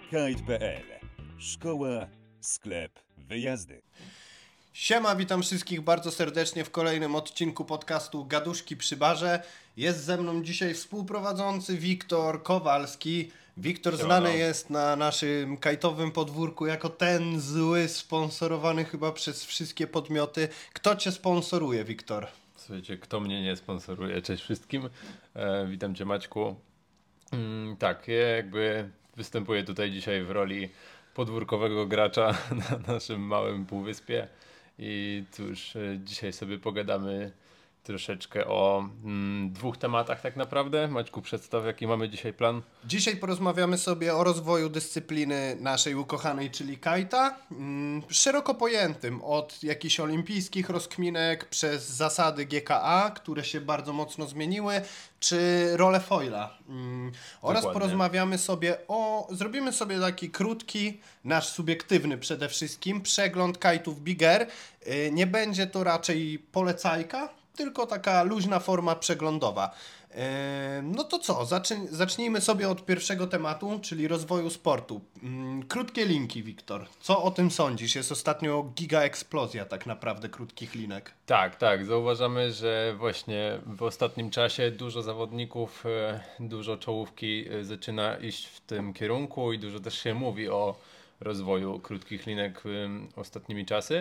Kite.pl. Szkoła, sklep, wyjazdy. Siema, witam wszystkich bardzo serdecznie w kolejnym odcinku podcastu Gaduszki przy barze. Jest ze mną dzisiaj współprowadzący Wiktor Kowalski. Wiktor znany jest na naszym kajtowym podwórku jako ten zły, sponsorowany chyba przez wszystkie podmioty. Kto Cię sponsoruje, Wiktor? Słuchajcie, kto mnie nie sponsoruje? Cześć wszystkim. Witam Cię, Maćku. Tak, ja jakby występuję tutaj dzisiaj w roli podwórkowego gracza na naszym małym półwyspie i cóż, dzisiaj sobie pogadamy troszeczkę o dwóch tematach tak naprawdę. Maćku, przedstaw, jaki mamy dzisiaj plan. Dzisiaj porozmawiamy sobie o rozwoju dyscypliny naszej ukochanej, czyli kajta. Szeroko pojętym, od jakichś olimpijskich rozkminek przez zasady GKA, które się bardzo mocno zmieniły, czy rolę foila. Oraz Dokładnie. porozmawiamy sobie zrobimy sobie taki krótki, nasz subiektywny przede wszystkim, przegląd kajtów Big Air. Nie będzie to raczej polecajka, tylko taka luźna forma przeglądowa. No to co? Zacznijmy sobie od pierwszego tematu, czyli rozwoju sportu. Krótkie linki, Wiktor. Co o tym sądzisz? Jest ostatnio giga eksplozja tak naprawdę krótkich linek. Tak. Zauważamy, że właśnie w ostatnim czasie dużo zawodników, dużo czołówki zaczyna iść w tym kierunku i dużo też się mówi o rozwoju krótkich linek ostatnimi czasy.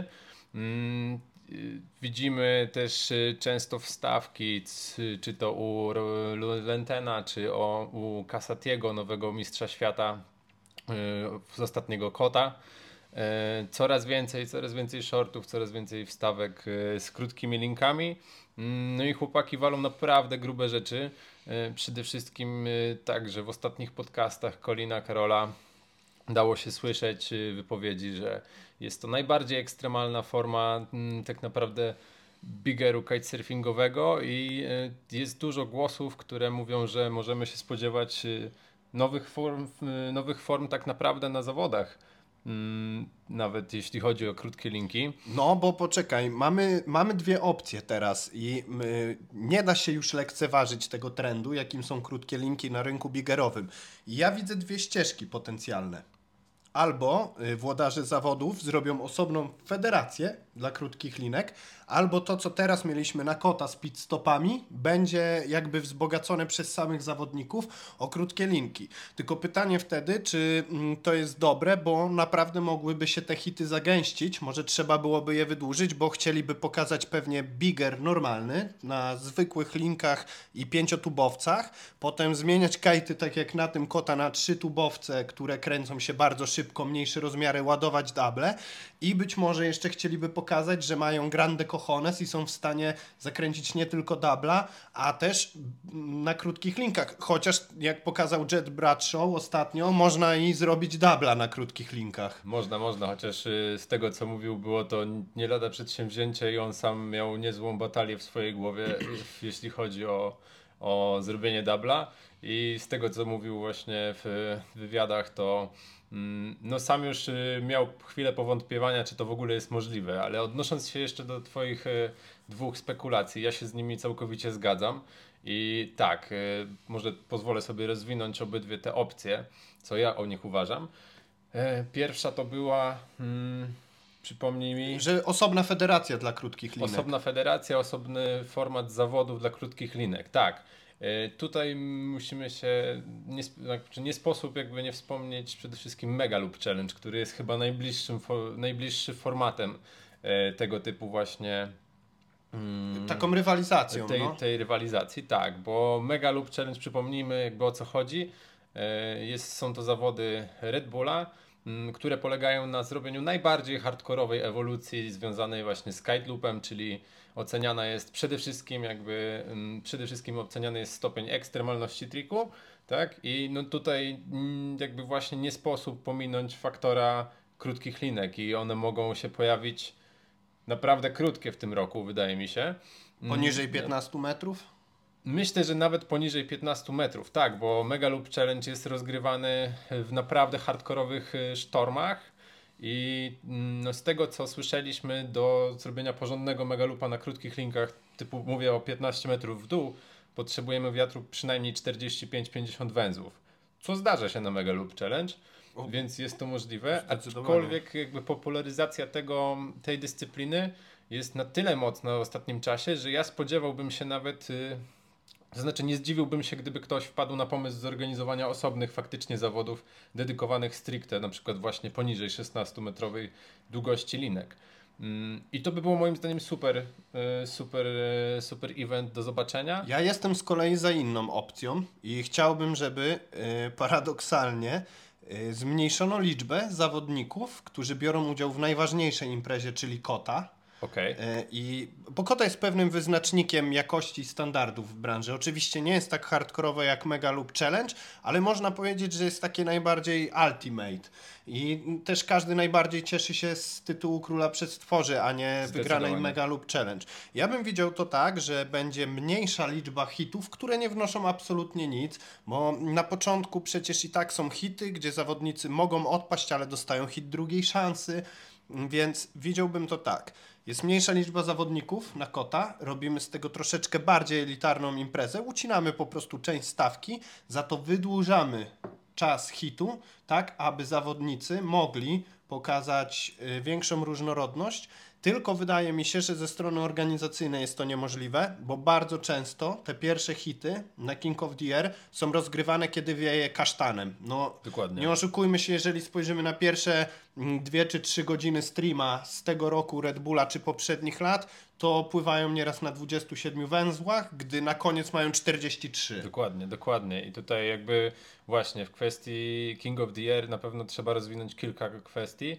Widzimy też często wstawki, czy to u Lentena, czy u Casatiego, nowego mistrza świata z ostatniego kota. Coraz więcej shortów, coraz więcej wstawek z krótkimi linkami. No i chłopaki walą naprawdę grube rzeczy. Przede wszystkim także w ostatnich podcastach Colina Carola dało się słyszeć wypowiedzi, że jest to najbardziej ekstremalna forma tak naprawdę biggeru kitesurfingowego i jest dużo głosów, które mówią, że możemy się spodziewać nowych form tak naprawdę na zawodach. Nawet jeśli chodzi o krótkie linki. No, bo poczekaj, mamy dwie opcje teraz i nie da się już lekceważyć tego trendu, jakim są krótkie linki na rynku biggerowym. I ja widzę dwie ścieżki potencjalne. Albo włodarze zawodów zrobią osobną federację dla krótkich linek, albo to, co teraz mieliśmy na kota z pit stopami, będzie jakby wzbogacone przez samych zawodników o krótkie linki. Tylko pytanie wtedy, czy to jest dobre, bo naprawdę mogłyby się te hity zagęścić, może trzeba byłoby je wydłużyć, bo chcieliby pokazać pewnie bigger normalny na zwykłych linkach i 5-tubowcach, potem zmieniać kajty tak jak na tym kota na 3-tubowce, które kręcą się bardzo szybko, mniejsze rozmiary, ładować dable i być może jeszcze chcieliby pokazać, że mają grande cojones i są w stanie zakręcić nie tylko dubla, a też na krótkich linkach. Chociaż jak pokazał Jet Bradshaw ostatnio, można i zrobić dubla na krótkich linkach. Można, chociaż z tego co mówił, było to nie lada przedsięwzięcie i on sam miał niezłą batalię w swojej głowie, jeśli chodzi o zrobienie dubla i z tego co mówił właśnie w wywiadach, to no sam już miał chwilę powątpiewania, czy to w ogóle jest możliwe, ale odnosząc się jeszcze do Twoich dwóch spekulacji, ja się z nimi całkowicie zgadzam i tak, może pozwolę sobie rozwinąć obydwie te opcje, co ja o nich uważam. Pierwsza to była, przypomnij mi... Że osobna federacja dla krótkich linek. Osobna federacja, osobny format zawodów dla krótkich linek, tak. Tutaj musimy się, nie sposób jakby nie wspomnieć przede wszystkim Mega Loop Challenge, który jest chyba najbliższy formatem tego typu właśnie taką rywalizacją. Tej rywalizacji, tak, bo Mega Loop Challenge, przypomnijmy jakby o co chodzi, są to zawody Red Bulla, które polegają na zrobieniu najbardziej hardkorowej ewolucji związanej właśnie z kite loopem, czyli przede wszystkim oceniany jest stopień ekstremalności triku, tak? I no tutaj jakby właśnie nie sposób pominąć faktora krótkich linek i one mogą się pojawić naprawdę krótkie w tym roku, wydaje mi się. Poniżej 15 metrów? Myślę, że nawet poniżej 15 metrów, tak, bo Mega Loop Challenge jest rozgrywany w naprawdę hardkorowych sztormach i no, z tego co słyszeliśmy, do zrobienia porządnego Mega Loopa na krótkich linkach, typu mówię o 15 metrów w dół, potrzebujemy wiatru przynajmniej 45-50 węzłów, co zdarza się na Mega Loop Challenge. więc jest to możliwe, Zdecydowanie. aczkolwiek jakby popularyzacja tej dyscypliny jest na tyle mocna w ostatnim czasie, że ja spodziewałbym się nawet, to znaczy nie zdziwiłbym się, gdyby ktoś wpadł na pomysł zorganizowania osobnych faktycznie zawodów dedykowanych stricte, na przykład właśnie poniżej 16-metrowej długości linek. I to by było moim zdaniem super event do zobaczenia. Ja jestem z kolei za inną opcją i chciałbym, żeby paradoksalnie zmniejszono liczbę zawodników, którzy biorą udział w najważniejszej imprezie, czyli kota. Okej. Bo kota jest pewnym wyznacznikiem jakości standardów w branży. Oczywiście nie jest tak hardkorowe jak Mega lub Challenge, ale można powiedzieć, że jest takie najbardziej ultimate. I też każdy najbardziej cieszy się z tytułu Króla Przestworzy, a nie wygranej Zdecydowanie. Mega lub Challenge. Ja bym widział to tak, że będzie mniejsza liczba hitów, które nie wnoszą absolutnie nic, bo na początku przecież i tak są hity, gdzie zawodnicy mogą odpaść, ale dostają hit drugiej szansy, więc widziałbym to tak. Jest mniejsza liczba zawodników na kota, robimy z tego troszeczkę bardziej elitarną imprezę, ucinamy po prostu część stawki, za to wydłużamy czas hitu, tak aby zawodnicy mogli pokazać większą różnorodność. Tylko wydaje mi się, że ze strony organizacyjnej jest to niemożliwe, bo bardzo często te pierwsze hity na King of the Air są rozgrywane, kiedy wieje kasztanem. No, Dokładnie. nie oszukujmy się, jeżeli spojrzymy na pierwsze 2 czy 3 godziny streama z tego roku Red Bulla czy poprzednich lat, to pływają nieraz na 27 węzłach, gdy na koniec mają 43. Dokładnie. I tutaj jakby właśnie w kwestii King of the Air na pewno trzeba rozwinąć kilka kwestii.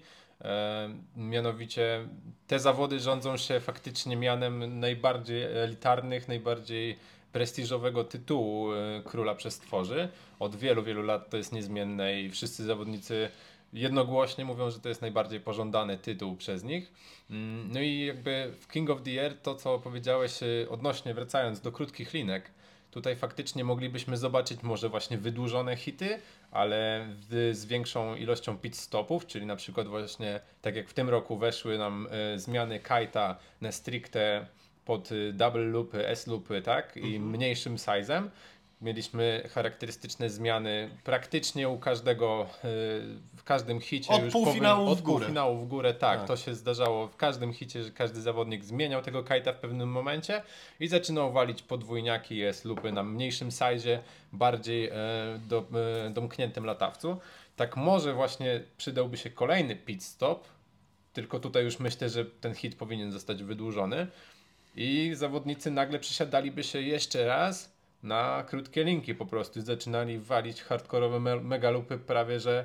Mianowicie te zawody rządzą się faktycznie mianem najbardziej elitarnych, najbardziej prestiżowego tytułu Króla Przestworzy. Od wielu lat to jest niezmienne i wszyscy zawodnicy jednogłośnie mówią, że to jest najbardziej pożądany tytuł przez nich. No i jakby w King of the Air to, co powiedziałeś odnośnie, wracając do krótkich linek, tutaj faktycznie moglibyśmy zobaczyć może właśnie wydłużone hity, ale z większą ilością pit stopów, czyli na przykład właśnie tak jak w tym roku weszły nam zmiany kite'a na stricte pod double loopy, S-loopy, tak? I mniejszym sizem. Mieliśmy charakterystyczne zmiany praktycznie u każdego, w każdym hicie. Od półfinału w górę. Od półfinału w górę, tak. To się zdarzało w każdym hicie, że każdy zawodnik zmieniał tego kite'a w pewnym momencie i zaczynał walić podwójniaki S-loopy na mniejszym size, bardziej domkniętym latawcu. Tak może właśnie przydałby się kolejny pit stop, tylko tutaj już myślę, że ten hit powinien zostać wydłużony i zawodnicy nagle przesiadaliby się jeszcze raz na krótkie linki po prostu. Zaczynali walić hardkorowe megalupy prawie że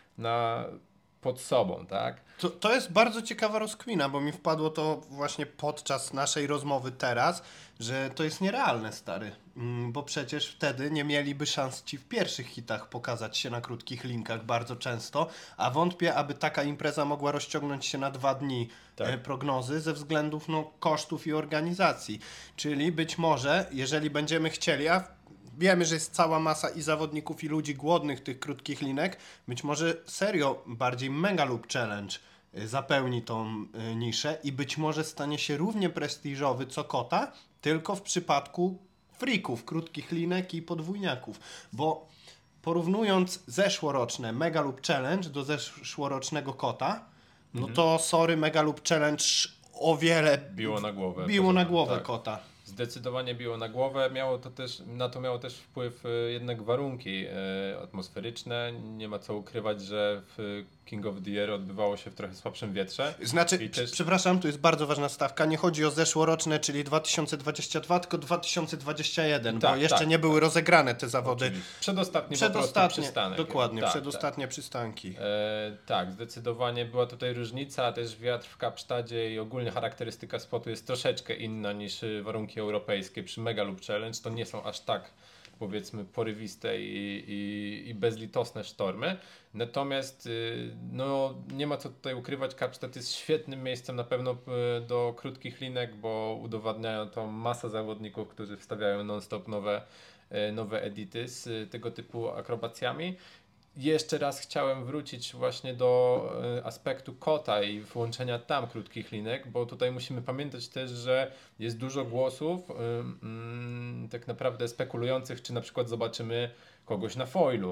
pod sobą, tak? To jest bardzo ciekawa rozkmina, bo mi wpadło to właśnie podczas naszej rozmowy teraz, że to jest nierealne, stary. Bo przecież wtedy nie mieliby szans ci w pierwszych hitach pokazać się na krótkich linkach bardzo często, a wątpię, aby taka impreza mogła rozciągnąć się na 2 dni prognozy ze względów kosztów i organizacji. Czyli być może, jeżeli będziemy chcieli, a wiemy, że jest cała masa i zawodników, i ludzi głodnych tych krótkich linek, być może serio bardziej Mega lub Challenge zapełni tą niszę i być może stanie się równie prestiżowy co kota, tylko w przypadku freaków, krótkich linek i podwójniaków. Bo porównując zeszłoroczne Mega lub Challenge do zeszłorocznego kota, no to sorry, Mega lub Challenge o wiele Biło na głowę. biło na głowę tak. kota. Zdecydowanie biło na głowę. Na to miało też wpływ jednak warunki atmosferyczne. Nie ma co ukrywać, że w King of the Air odbywało się w trochę słabszym wietrze. Znaczy, przepraszam, tu jest bardzo ważna stawka. Nie chodzi o zeszłoroczne, czyli 2022, tylko 2021, bo jeszcze nie były rozegrane te zawody. Przedostatni przystanek. Dokładnie, przedostatnie przystanki. Tak, zdecydowanie była tutaj różnica. Też wiatr w Kapsztadzie i ogólnie charakterystyka spotu jest troszeczkę inna niż warunki europejskie. Przy Mega lub Challenge to nie są aż tak, powiedzmy, porywiste i bezlitosne sztormy. Natomiast no, nie ma co tutaj ukrywać, Kapsztad jest świetnym miejscem na pewno do krótkich linek, bo udowadniają to masa zawodników, którzy wstawiają non-stop nowe edity z tego typu akrobacjami. Jeszcze raz chciałem wrócić właśnie do aspektu kota i włączenia tam krótkich linek, bo tutaj musimy pamiętać też, że jest dużo głosów tak naprawdę spekulujących, czy na przykład zobaczymy kogoś na foilu,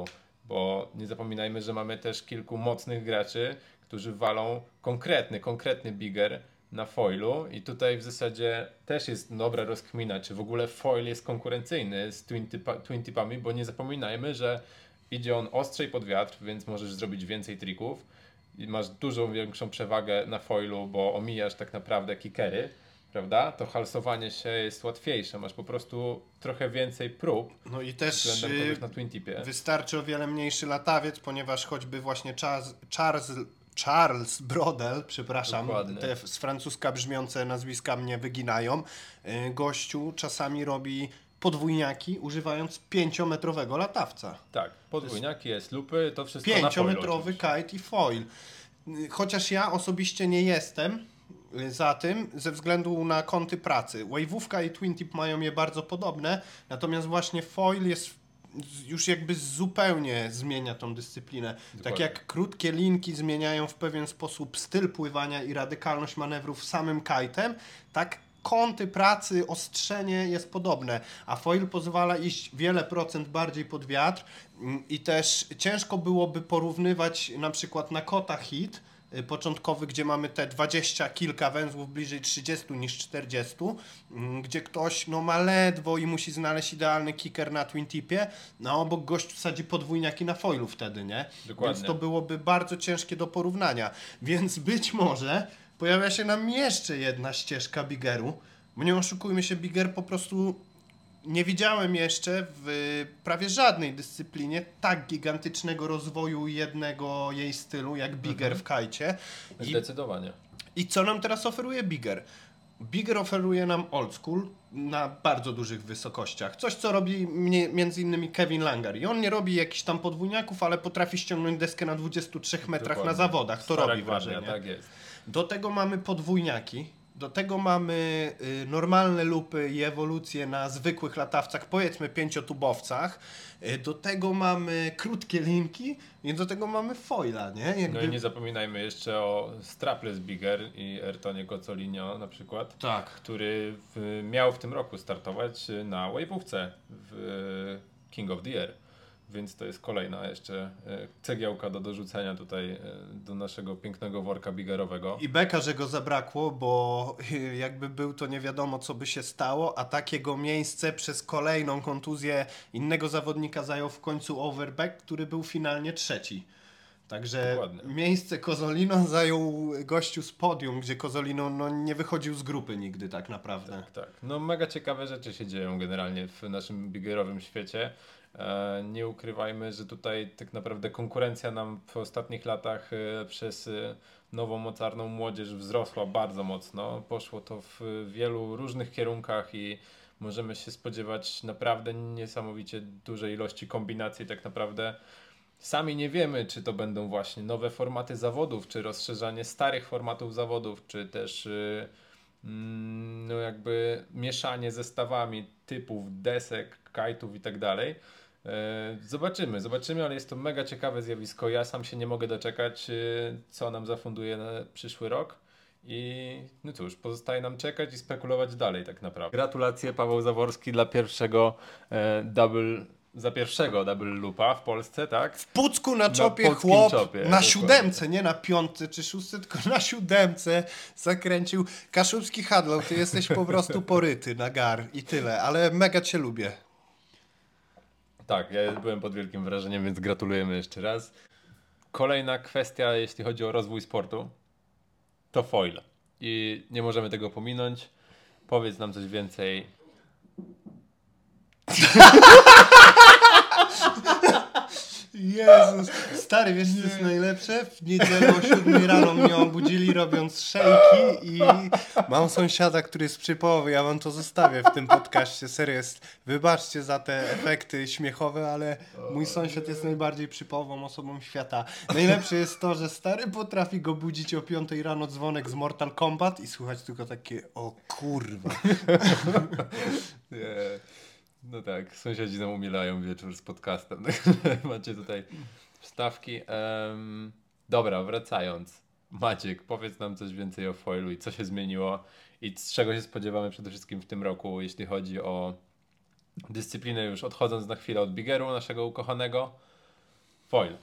bo nie zapominajmy, że mamy też kilku mocnych graczy, którzy walą konkretny bigger na foilu i tutaj w zasadzie też jest dobra rozkmina, czy w ogóle foil jest konkurencyjny z twin tipami, bo nie zapominajmy, że idzie on ostrzej pod wiatr, więc możesz zrobić więcej trików i masz dużą większą przewagę na foilu, bo omijasz tak naprawdę kickery, prawda? To halsowanie się jest łatwiejsze, masz po prostu trochę więcej prób No i też względem kogoś na twin tipie. wystarczy o wiele mniejszy latawiec, ponieważ choćby właśnie Charles Brodel, przepraszam, Dokładnie. te z francuska brzmiące nazwiska mnie wyginają, gościu czasami robi podwójniaki używając 5-metrowego latawca. Tak, podwójniaki, jest lupy, to wszystko na foilu 5-metrowy oczywiście. kite i foil. Chociaż ja osobiście nie jestem za tym, ze względu na kąty pracy. Wave'ówka i Twin Tip mają je bardzo podobne, natomiast właśnie foil jest już jakby zupełnie zmienia tą dyscyplinę. Tak Dokładnie. jak krótkie linki zmieniają w pewien sposób styl pływania i radykalność manewrów samym kite'em, tak kąty pracy, ostrzenie jest podobne, a foil pozwala iść wiele procent bardziej pod wiatr i też ciężko byłoby porównywać na przykład na kota hit początkowy, gdzie mamy te 20 kilka węzłów, bliżej 30 niż 40, gdzie ktoś no ma ledwo i musi znaleźć idealny kicker na twin tipie, no obok gość wsadzi podwójniaki na foilu wtedy, nie? Dokładnie. Więc to byłoby bardzo ciężkie do porównania. Więc być może pojawia się nam jeszcze jedna ścieżka biggeru, bo nie oszukujmy się, bigger po prostu nie widziałem jeszcze w prawie żadnej dyscyplinie tak gigantycznego rozwoju jednego jej stylu jak bigger w kajcie. Zdecydowanie. I co nam teraz oferuje bigger? Bigger oferuje nam old school na bardzo dużych wysokościach. Coś, co robi między innymi Kevin Langer. I on nie robi jakichś tam podwójniaków, ale potrafi ściągnąć deskę na 23 metrach Dokładnie. na zawodach. To Stara robi gwardia, wrażenie. tak jest. Do tego mamy podwójniaki. Do tego mamy normalne lupy i ewolucje na zwykłych latawcach, powiedzmy 5-tubowcach. Do tego mamy krótkie linki i do tego mamy foila, nie? No i nie zapominajmy jeszcze o Strapless Bigger i Ayrtonie Cozzolinio na przykład, Tak. który miał w tym roku startować na wave'ówce w King of the Air. Więc to jest kolejna jeszcze cegiełka do dorzucenia tutaj do naszego pięknego worka biggerowego. I beka, że go zabrakło, bo jakby był, to nie wiadomo, co by się stało, a takiego miejsce przez kolejną kontuzję innego zawodnika zajął w końcu Overbeck, który był finalnie trzeci. Także Dokładnie. miejsce Cozzolino zajął gościu z podium, gdzie Cozzolino no, nie wychodził z grupy nigdy tak naprawdę. Tak. No mega ciekawe rzeczy się dzieją generalnie w naszym biggerowym świecie. Nie ukrywajmy, że tutaj tak naprawdę konkurencja nam w ostatnich latach przez nową mocarną młodzież wzrosła bardzo mocno. Poszło to w wielu różnych kierunkach i możemy się spodziewać naprawdę niesamowicie dużej ilości kombinacji. Tak naprawdę sami nie wiemy, czy to będą właśnie nowe formaty zawodów, czy rozszerzanie starych formatów zawodów, czy też no jakby mieszanie zestawami typów, desek, kajtów i tak dalej. Zobaczymy, ale jest to mega ciekawe zjawisko. Ja sam się nie mogę doczekać, co nam zafunduje na przyszły rok. I no cóż, pozostaje nam czekać i spekulować dalej tak naprawdę. Gratulacje Paweł Zaworski dla pierwszego double loopa w Polsce, tak? W Pucku na czopie polskim chłop, czopie, na dokładnie. 7, nie na 5 czy 6, tylko na 7 zakręcił. Kaszubski Hadlow, ty jesteś po prostu poryty na gar i tyle, ale mega cię lubię. Tak, ja byłem pod wielkim wrażeniem, więc gratulujemy jeszcze raz. Kolejna kwestia, jeśli chodzi o rozwój sportu, to foil. I nie możemy tego pominąć. Powiedz nam coś więcej. Jezus, stary, wiesz co jest najlepsze? W niedzielę o 7 rano mnie obudzili robiąc szejki i mam sąsiada, który jest przypołowy, ja wam to zostawię w tym podcaście, serio jest, wybaczcie za te efekty śmiechowe, ale mój sąsiad jest najbardziej przypołową osobą świata. Najlepsze jest to, że stary potrafi go budzić o 5 rano dzwonek z Mortal Kombat i słuchać tylko takie, o kurwa. No tak, sąsiedzi nam umielają wieczór z podcastem. Macie tutaj wstawki. Dobra, wracając. Maciek, powiedz nam coś więcej o foilu i co się zmieniło i z czego się spodziewamy przede wszystkim w tym roku, jeśli chodzi o dyscyplinę, już odchodząc na chwilę od biggeru naszego ukochanego. foil.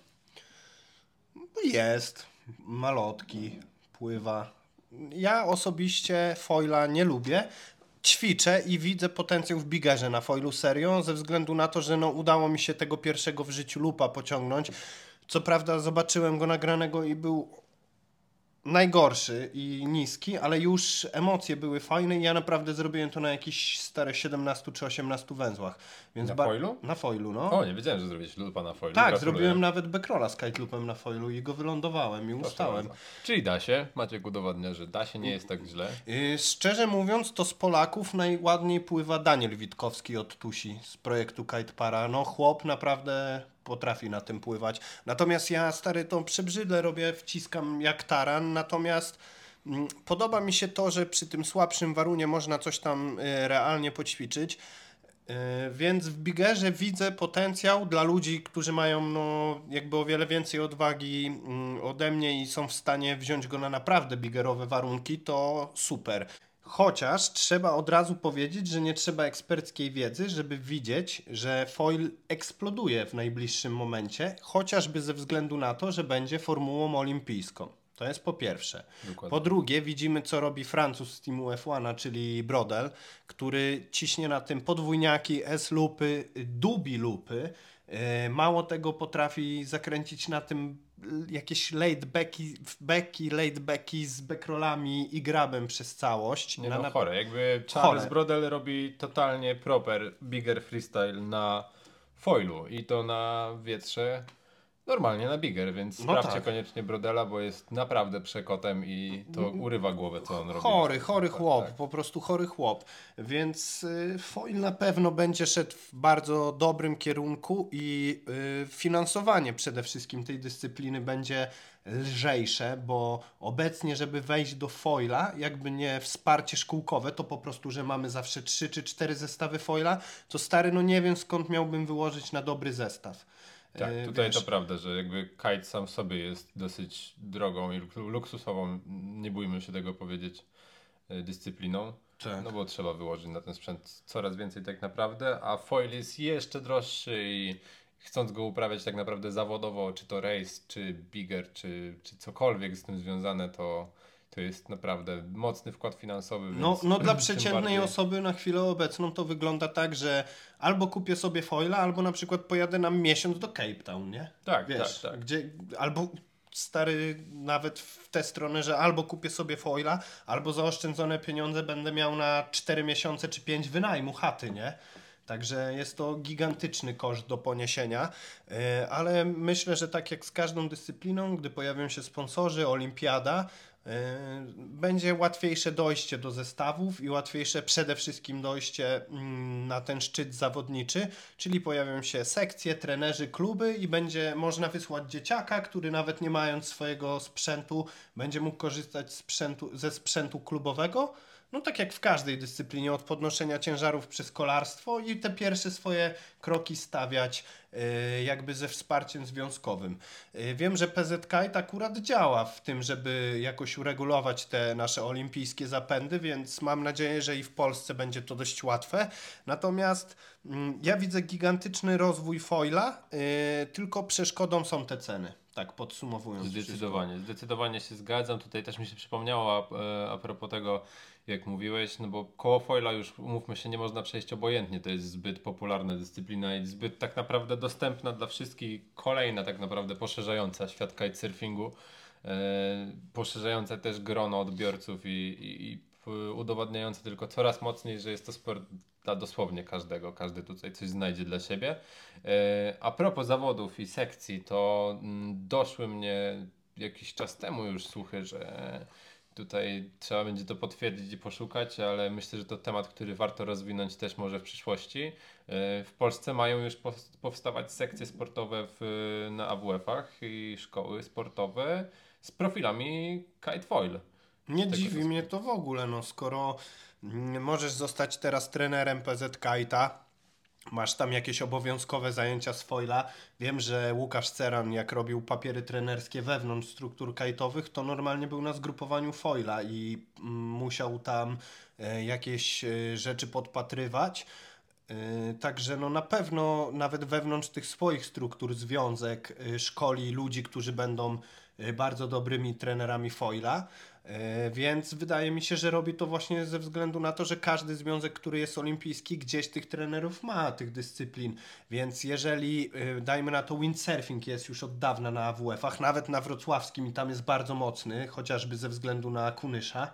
Jest, malotki, pływa. Ja osobiście foila nie lubię. Ćwiczę i widzę potencjał w biggerze na foilu serio, ze względu na to, że no, udało mi się tego pierwszego w życiu lupa pociągnąć. Co prawda zobaczyłem go nagranego i był najgorszy i niski, ale już emocje były fajne i ja naprawdę zrobiłem to na jakichś stare 17 czy 18 węzłach. Więc Na foilu? Na foilu, no. O, nie wiedziałem, że zrobiłeś lupa na foilu. Tak, Gratuluję. zrobiłem nawet backrolla z kite loopem na foilu i go wylądowałem i Proszę ustałem. bardzo. Czyli da się, Maciek udowadnia, że da się, nie jest tak źle. Szczerze mówiąc, to z Polaków najładniej pływa Daniel Witkowski od Tusi z projektu Kite Para. No chłop naprawdę potrafi na tym pływać. Natomiast ja stary to przebrzydle robię, wciskam jak taran, natomiast podoba mi się to, że przy tym słabszym warunie można coś tam realnie poćwiczyć. Więc w biggerze widzę potencjał dla ludzi, którzy mają no, jakby o wiele więcej odwagi ode mnie i są w stanie wziąć go na naprawdę biggerowe warunki, to super. Chociaż trzeba od razu powiedzieć, że nie trzeba eksperckiej wiedzy, żeby widzieć, że foil eksploduje w najbliższym momencie, chociażby ze względu na to, że będzie formułą olimpijską. To jest po pierwsze. Dokładnie. Po drugie, widzimy, co robi Francuz z teamu F1, czyli Brodel, który ciśnie na tym podwójniaki, S-lupy, dubi lupy. Mało tego, potrafi zakręcić na tym jakieś late backi z backrollami i grabem przez całość. Nie no, chore. Jakby Charles Brodel robi totalnie proper bigger freestyle na foilu i to na wietrze normalnie na bigger, więc No sprawdźcie tak. koniecznie Brodela, bo jest naprawdę przekotem i to urywa głowę, co on robi. Chory chłop, Tak. po prostu chory chłop. Więc foil na pewno będzie szedł w bardzo dobrym kierunku i finansowanie przede wszystkim tej dyscypliny będzie lżejsze, bo obecnie, żeby wejść do foila, jakby nie wsparcie szkółkowe, to po prostu, że mamy zawsze 3 czy 4 zestawy foila, to stary, no nie wiem skąd miałbym wyłożyć na dobry zestaw. Tak, tutaj Wiesz, to prawda, że jakby kite sam w sobie jest dosyć drogą i luksusową, nie bójmy się tego powiedzieć, dyscypliną. Tak. No bo trzeba wyłożyć na ten sprzęt coraz więcej tak naprawdę, a foil jest jeszcze droższy i chcąc go uprawiać tak naprawdę zawodowo, czy to race, czy bigger, czy cokolwiek z tym związane, to jest naprawdę mocny wkład finansowy. Więc No dla tym przeciętnej bardziej- osoby na chwilę obecną to wygląda tak, że albo kupię sobie foila, albo na przykład pojadę na miesiąc do Cape Town, nie? Tak, Wiesz, tak. gdzie albo stary nawet w tę stronę, że albo kupię sobie foila, albo zaoszczędzone pieniądze będę miał na 4 miesiące czy 5 wynajmu chaty, nie? Także jest to gigantyczny koszt do poniesienia, ale myślę, że tak jak z każdą dyscypliną, gdy pojawią się sponsorzy, olimpiada, będzie łatwiejsze dojście do zestawów i łatwiejsze przede wszystkim dojście na ten szczyt zawodniczy, czyli pojawią się sekcje, trenerzy, kluby i będzie można wysłać dzieciaka, który nawet nie mając swojego sprzętu będzie mógł korzystać ze sprzętu klubowego. No tak jak w każdej dyscyplinie, od podnoszenia ciężarów przez kolarstwo i te pierwsze swoje kroki stawiać jakby ze wsparciem związkowym. Wiem, że PZ Kite akurat działa w tym, żeby jakoś uregulować te nasze olimpijskie zapędy, więc mam nadzieję, że i w Polsce będzie to dość łatwe. Natomiast ja widzę gigantyczny rozwój foila, tylko przeszkodą są te ceny. Tak podsumowując. Zdecydowanie się zgadzam. Tutaj też mi się przypomniało a propos tego, jak mówiłeś, no bo koło foila już, umówmy się, nie można przejść obojętnie. To jest zbyt popularna dyscyplina i zbyt tak naprawdę dostępna dla wszystkich. Kolejna tak naprawdę poszerzająca świat kitesurfingu, poszerzająca też grono odbiorców i udowadniająca tylko coraz mocniej, że jest to sport dla dosłownie każdego. Każdy tutaj coś znajdzie dla siebie. A propos zawodów i sekcji, to doszły mnie jakiś czas temu już słuchy, że tutaj trzeba będzie to potwierdzić i poszukać, ale myślę, że to temat, który warto rozwinąć też może w przyszłości. W Polsce mają już powstawać sekcje sportowe na AWF-ach i szkoły sportowe z profilami kite foil. Nie dziwi mnie to w ogóle, no skoro możesz zostać teraz trenerem PZ Kite'a, masz tam jakieś obowiązkowe zajęcia z foila. Wiem, że Łukasz Ceran, jak robił papiery trenerskie wewnątrz struktur kajtowych, to normalnie był na zgrupowaniu foila i musiał tam jakieś rzeczy podpatrywać. Także no na pewno nawet wewnątrz tych swoich struktur związek szkoli ludzi, którzy będą bardzo dobrymi trenerami foila. Więc wydaje mi się, że robi to właśnie ze względu na to, że każdy związek, który jest olimpijski, gdzieś tych trenerów ma, tych dyscyplin. Więc jeżeli, dajmy na to, windsurfing jest już od dawna na AWF-ach, nawet na wrocławskim i tam jest bardzo mocny, chociażby ze względu na Kunysza,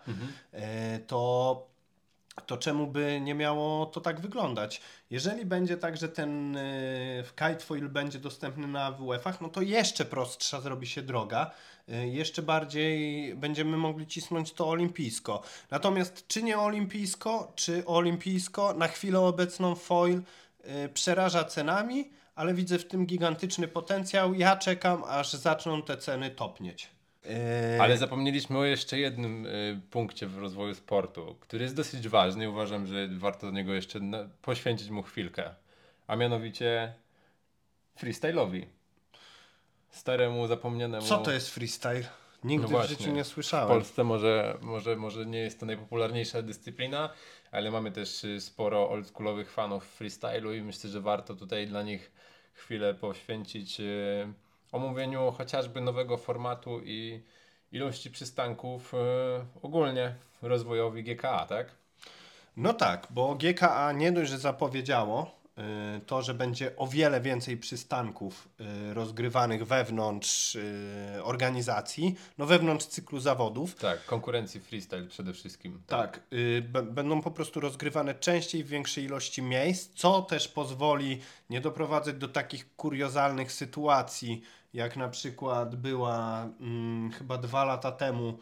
to czemu by nie miało to tak wyglądać? Jeżeli będzie tak, że ten kitefoil będzie dostępny na AWF-ach, no to jeszcze prostsza zrobi się droga, jeszcze bardziej będziemy mogli cisnąć to olimpijsko. Natomiast czy nie olimpijsko, czy olimpijsko, na chwilę obecną foil przeraża cenami, ale widzę w tym gigantyczny potencjał. Ja czekam, aż zaczną te ceny topnieć. Ale zapomnieliśmy o jeszcze jednym punkcie w rozwoju sportu, który jest dosyć ważny i uważam, że warto do niego jeszcze poświęcić mu chwilkę. A mianowicie freestyle'owi. Staremu, zapomnianemu... Co to jest freestyle? Nigdy w życiu nie W słyszałem. Polsce może nie jest to najpopularniejsza dyscyplina, ale mamy też sporo oldschoolowych fanów freestylu i myślę, że warto tutaj dla nich chwilę poświęcić omówieniu chociażby nowego formatu i ilości przystanków ogólnie rozwojowi GKA, tak? No tak, bo GKA nie dość, że zapowiedziało to, że będzie o wiele więcej przystanków rozgrywanych wewnątrz organizacji, no wewnątrz cyklu zawodów. Tak, konkurencji freestyle przede wszystkim. Tak, będą po prostu rozgrywane częściej w większej ilości miejsc, co też pozwoli nie doprowadzać do takich kuriozalnych sytuacji, jak na przykład była chyba 2 lata temu,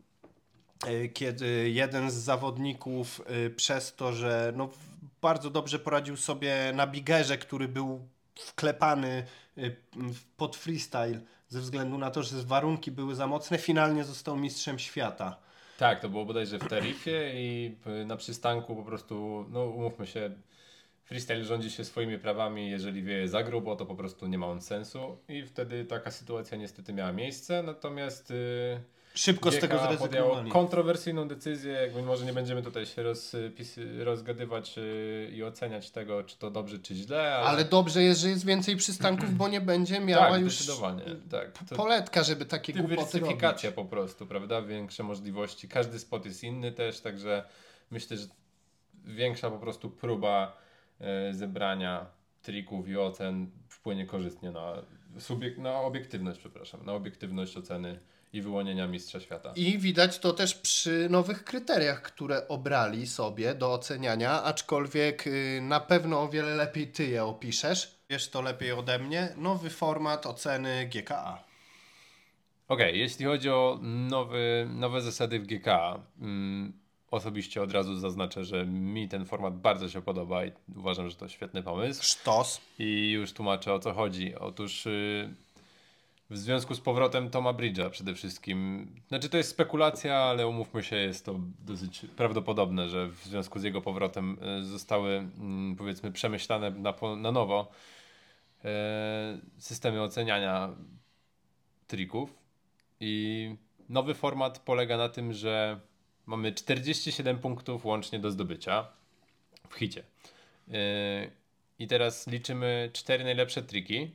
kiedy jeden z zawodników przez to, że no, bardzo dobrze poradził sobie na bigerze, który był wklepany pod freestyle ze względu na to, że warunki były za mocne, finalnie został mistrzem świata. Tak, to było bodajże w Terifie i na przystanku po prostu, no umówmy się, freestyle rządzi się swoimi prawami, jeżeli wieje za grubo, to po prostu nie ma on sensu i wtedy taka sytuacja niestety miała miejsce, natomiast Szybko z tego GKA podjęło zrezygnowali. kontrowersyjną decyzję, jakby może nie będziemy tutaj się rozgadywać i oceniać tego, czy to dobrze, czy źle, Ale dobrze jest, że jest więcej przystanków, bo nie będzie miała tak, już zdecydowanie, tak. To poletka, żeby takie głupoty robić. dywersyfikacja po prostu, prawda? Większe możliwości. Każdy spot jest inny też, także myślę, że większa po prostu próba zebrania trików i ocen wpłynie korzystnie na obiektywność, na obiektywność oceny i wyłonienia mistrza świata. I widać to też przy nowych kryteriach, które obrali sobie do oceniania, aczkolwiek na pewno o wiele lepiej ty je opiszesz. Wiesz to lepiej ode mnie. Nowy format oceny GKA. Okej, jeśli chodzi o nowe zasady w GK, osobiście od razu zaznaczę, że mi ten format bardzo się podoba i uważam, że to świetny pomysł. Sztos. I już tłumaczę, o co chodzi. Otóż w związku z powrotem Toma Bridge'a przede wszystkim, znaczy to jest spekulacja, ale umówmy się, jest to dosyć prawdopodobne, że w związku z jego powrotem zostały powiedzmy przemyślane na nowo systemy oceniania trików i nowy format polega na tym, że mamy 47 punktów łącznie do zdobycia w hicie. I teraz liczymy 4 najlepsze triki.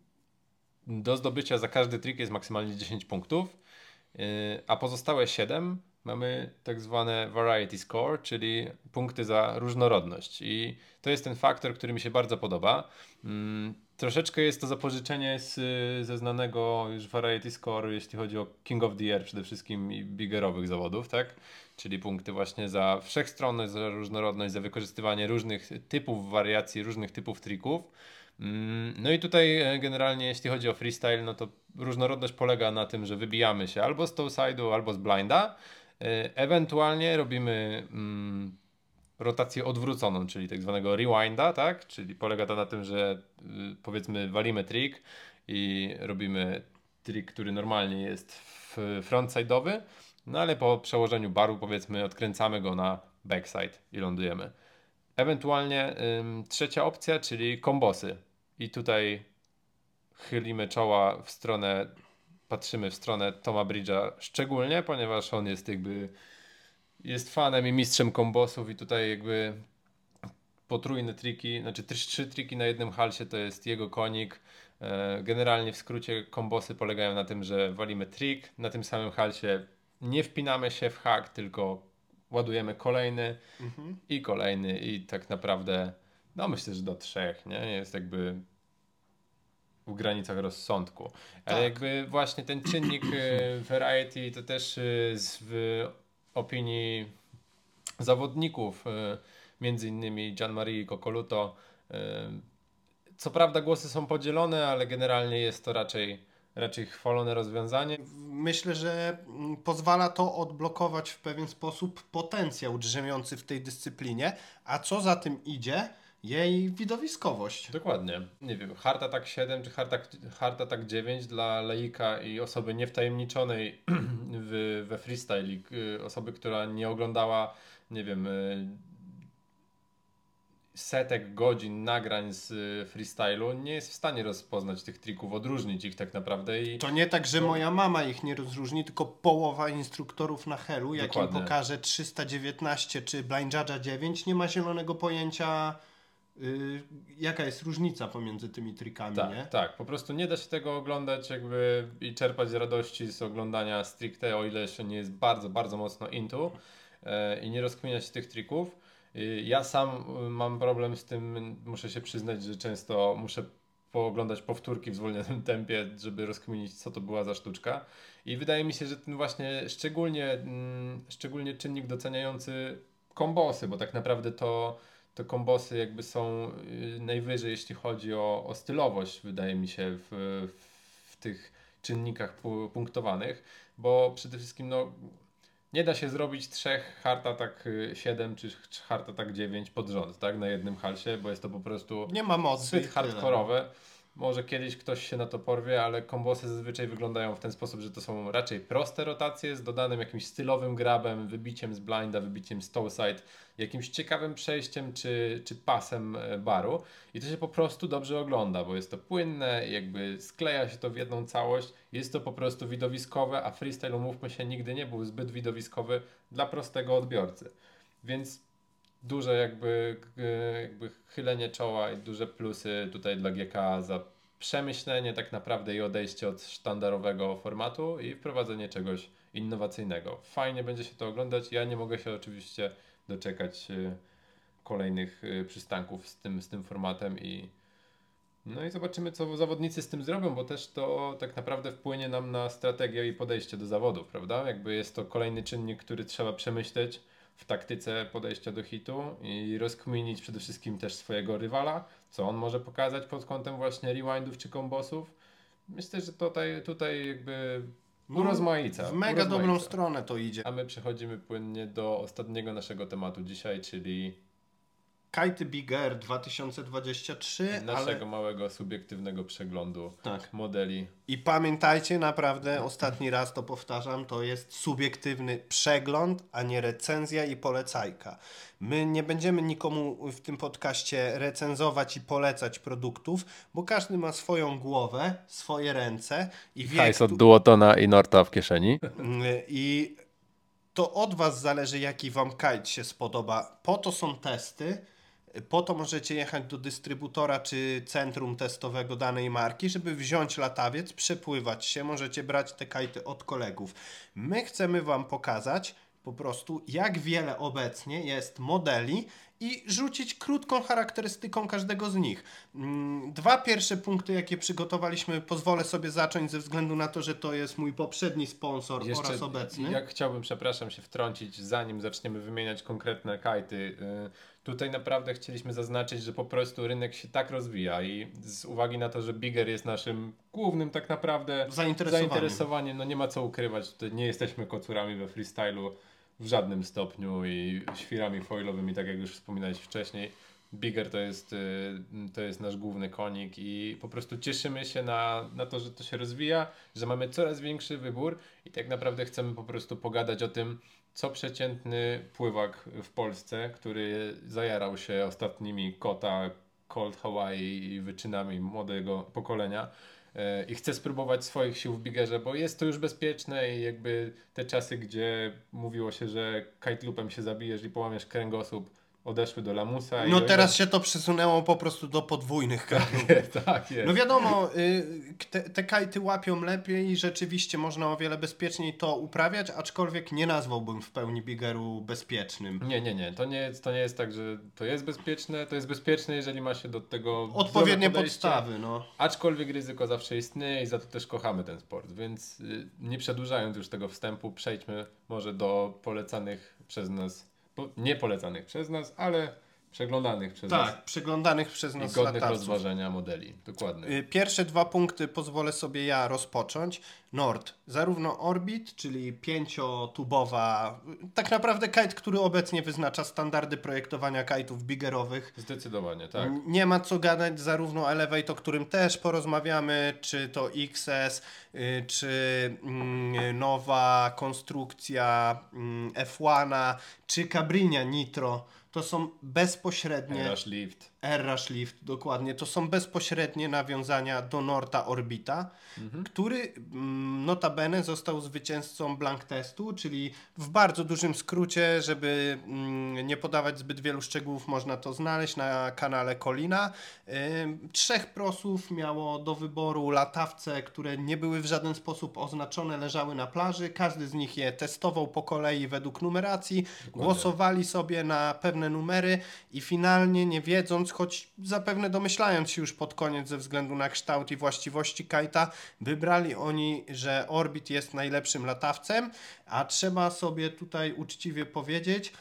Do zdobycia za każdy trik jest maksymalnie 10 punktów, a pozostałe 7 mamy tak zwane variety score, czyli punkty za różnorodność. I to jest ten faktor, który mi się bardzo podoba. Troszeczkę jest to zapożyczenie ze znanego już variety score, jeśli chodzi o King of the Year przede wszystkim i bigerowych zawodów, tak? Czyli punkty właśnie za wszechstronność, za różnorodność, za wykorzystywanie różnych typów wariacji, różnych typów trików. No i tutaj generalnie jeśli chodzi o freestyle, no to różnorodność polega na tym, że wybijamy się albo z toe side'u, albo z blinda. Ewentualnie robimy rotację odwróconą, czyli tak zwanego rewinda, tak? Czyli polega to na tym, że powiedzmy walimy trik i robimy trik, który normalnie jest frontside'owy, no ale po przełożeniu baru powiedzmy odkręcamy go na backside i lądujemy. Ewentualnie trzecia opcja, czyli kombosy. I tutaj chylimy czoła w stronę, patrzymy w stronę Toma Bridge'a szczególnie, ponieważ on jest fanem i mistrzem kombosów i tutaj jakby potrójne triki, znaczy 3 triki na jednym halsie to jest jego konik. Generalnie w skrócie kombosy polegają na tym, że walimy trik, na tym samym halsie nie wpinamy się w hak, tylko ładujemy kolejny i kolejny i tak naprawdę no myślę, że do 3, nie? Jest jakby w granicach rozsądku. Ale Tak. jakby właśnie ten czynnik variety to też w opinii zawodników, między innymi Gianmarii Coccoluto, co prawda głosy są podzielone, ale generalnie jest to raczej chwalone rozwiązanie. Myślę, że pozwala to odblokować w pewien sposób potencjał drzemiący w tej dyscyplinie, a co za tym idzie, jej widowiskowość. Dokładnie. Nie wiem, Heart Attack 7 czy Heart Attack 9 dla laika i osoby niewtajemniczonej we freestyle, osoby, która nie oglądała, nie wiem, setek godzin nagrań z freestylu, nie jest w stanie rozpoznać tych trików, odróżnić ich tak naprawdę i To nie tak, że moja mama ich nie rozróżni, tylko połowa instruktorów na Helu, jak im Dokładnie. pokaże 319 czy Blind Judge'a 9, nie ma zielonego pojęcia, jaka jest różnica pomiędzy tymi trikami, nie? Tak, po prostu nie da się tego oglądać jakby i czerpać z radości z oglądania stricte, o ile się nie jest bardzo, bardzo mocno into i nie rozkminiać się tych trików. Ja sam mam problem z tym, muszę się przyznać, że często muszę pooglądać powtórki w zwolnionym tempie, żeby rozkminić, co to była za sztuczka. I wydaje mi się, że ten właśnie szczególnie czynnik doceniający kombosy, bo tak naprawdę to kombosy jakby są najwyżej, jeśli chodzi o stylowość, wydaje mi się, w tych czynnikach punktowanych, bo przede wszystkim no, nie da się zrobić 3 Heart Attack 7 czy Heart Attack 9 pod rząd, tak, na jednym halsie, bo jest to po prostu Nie ma mocy. zbyt i tyle. hardkorowe. Może kiedyś ktoś się na to porwie, ale kombosy zazwyczaj wyglądają w ten sposób, że to są raczej proste rotacje z dodanym jakimś stylowym grabem, wybiciem z blinda, wybiciem z toe side, jakimś ciekawym przejściem czy pasem baru i to się po prostu dobrze ogląda, bo jest to płynne, jakby skleja się to w jedną całość, jest to po prostu widowiskowe, a freestyle, umówmy się, nigdy nie był zbyt widowiskowy dla prostego odbiorcy. Więc duże jakby chylenie czoła i duże plusy tutaj dla GK za przemyślenie tak naprawdę i odejście od sztandarowego formatu i wprowadzenie czegoś innowacyjnego. Fajnie będzie się to oglądać. Ja nie mogę się oczywiście doczekać kolejnych przystanków z tym formatem i no i zobaczymy, co zawodnicy z tym zrobią, bo też to tak naprawdę wpłynie nam na strategię i podejście do zawodów, prawda? Jakby jest to kolejny czynnik, który trzeba przemyśleć w taktyce podejścia do hitu i rozkminić przede wszystkim też swojego rywala, co on może pokazać pod kątem właśnie rewindów czy kombosów. Myślę, że tutaj jakby urozmaica. W mega dobrą stronę to idzie. A my przechodzimy płynnie do ostatniego naszego tematu dzisiaj, czyli Kite Big Air 2023, naszego małego subiektywnego przeglądu Tak. modeli. I pamiętajcie, naprawdę, ostatni raz to powtarzam, to jest subiektywny przegląd, a nie recenzja i polecajka. My nie będziemy nikomu w tym podcaście recenzować i polecać produktów, bo każdy ma swoją głowę, swoje ręce i wie, Hajs od Duotona i Norta w kieszeni. i to od was zależy, jaki wam kite się spodoba. Po to są testy. Po to możecie jechać do dystrybutora czy centrum testowego danej marki, żeby wziąć latawiec, przepływać się. Możecie brać te kajty od kolegów. My chcemy wam pokazać po prostu, jak wiele obecnie jest modeli i rzucić krótką charakterystyką każdego z nich. 2 pierwsze punkty, jakie przygotowaliśmy, pozwolę sobie zacząć ze względu na to, że to jest mój poprzedni sponsor oraz obecny. Jak chciałbym, przepraszam, się wtrącić, zanim zaczniemy wymieniać konkretne kajty. Tutaj naprawdę chcieliśmy zaznaczyć, że po prostu rynek się tak rozwija i z uwagi na to, że Bigger jest naszym głównym tak naprawdę zainteresowaniem, no nie ma co ukrywać, tutaj nie jesteśmy kocurami we freestylu w żadnym stopniu i świrami foilowymi, tak jak już wspominałeś wcześniej. Bigger to jest nasz główny konik i po prostu cieszymy się na to, że to się rozwija, że mamy coraz większy wybór i tak naprawdę chcemy po prostu pogadać o tym, co przeciętny pływak w Polsce, który zajarał się ostatnimi Kota, Cold Hawaii i wyczynami młodego pokolenia i chce spróbować swoich sił w Biggerze, bo jest to już bezpieczne i jakby te czasy, gdzie mówiło się, że kite loopem się zabijesz i połamiesz kręgosłup, odeszły do lamusa. No teraz się to przesunęło po prostu do podwójnych kajtów. Tak jest. No wiadomo, te kajty łapią lepiej i rzeczywiście można o wiele bezpieczniej to uprawiać, aczkolwiek nie nazwałbym w pełni biggeru bezpiecznym. Nie. To nie jest tak, że to jest bezpieczne. To jest bezpieczne, jeżeli ma się do tego Odpowiednie zdrowe podejście. podstawy, no. Aczkolwiek ryzyko zawsze istnieje i za to też kochamy ten sport, więc nie przedłużając już tego wstępu, przejdźmy może do polecanych przez nas, nie polecanych przez nas, ale przeglądanych przez nas Tak, przeglądanych przez i nas godnych latawców. rozważenia modeli. Dokładnie. Pierwsze 2 punkty pozwolę sobie ja rozpocząć. Nord, zarówno Orbit, czyli 5-tubowa, tak naprawdę kite, który obecnie wyznacza standardy projektowania kite'ów biggerowych. Zdecydowanie, tak. Nie ma co gadać, zarówno Elevate, o którym też porozmawiamy, czy to XS, czy nowa konstrukcja F1, czy Cabrinia Nitro. To są bezpośrednie... Rush Lift. Air-Rush Lift, dokładnie. To są bezpośrednie nawiązania do Norta Orbita, który notabene został zwycięzcą Blank Testu, czyli w bardzo dużym skrócie, żeby nie podawać zbyt wielu szczegółów, można to znaleźć na kanale Colina. 3 prosów miało do wyboru latawce, które nie były w żaden sposób oznaczone, leżały na plaży. Każdy z nich je testował po kolei według numeracji, głosowali sobie na pewne numery i finalnie, nie wiedząc, choć zapewne domyślając się już pod koniec ze względu na kształt i właściwości kajta, wybrali oni, że Orbit jest najlepszym latawcem, a trzeba sobie tutaj uczciwie powiedzieć,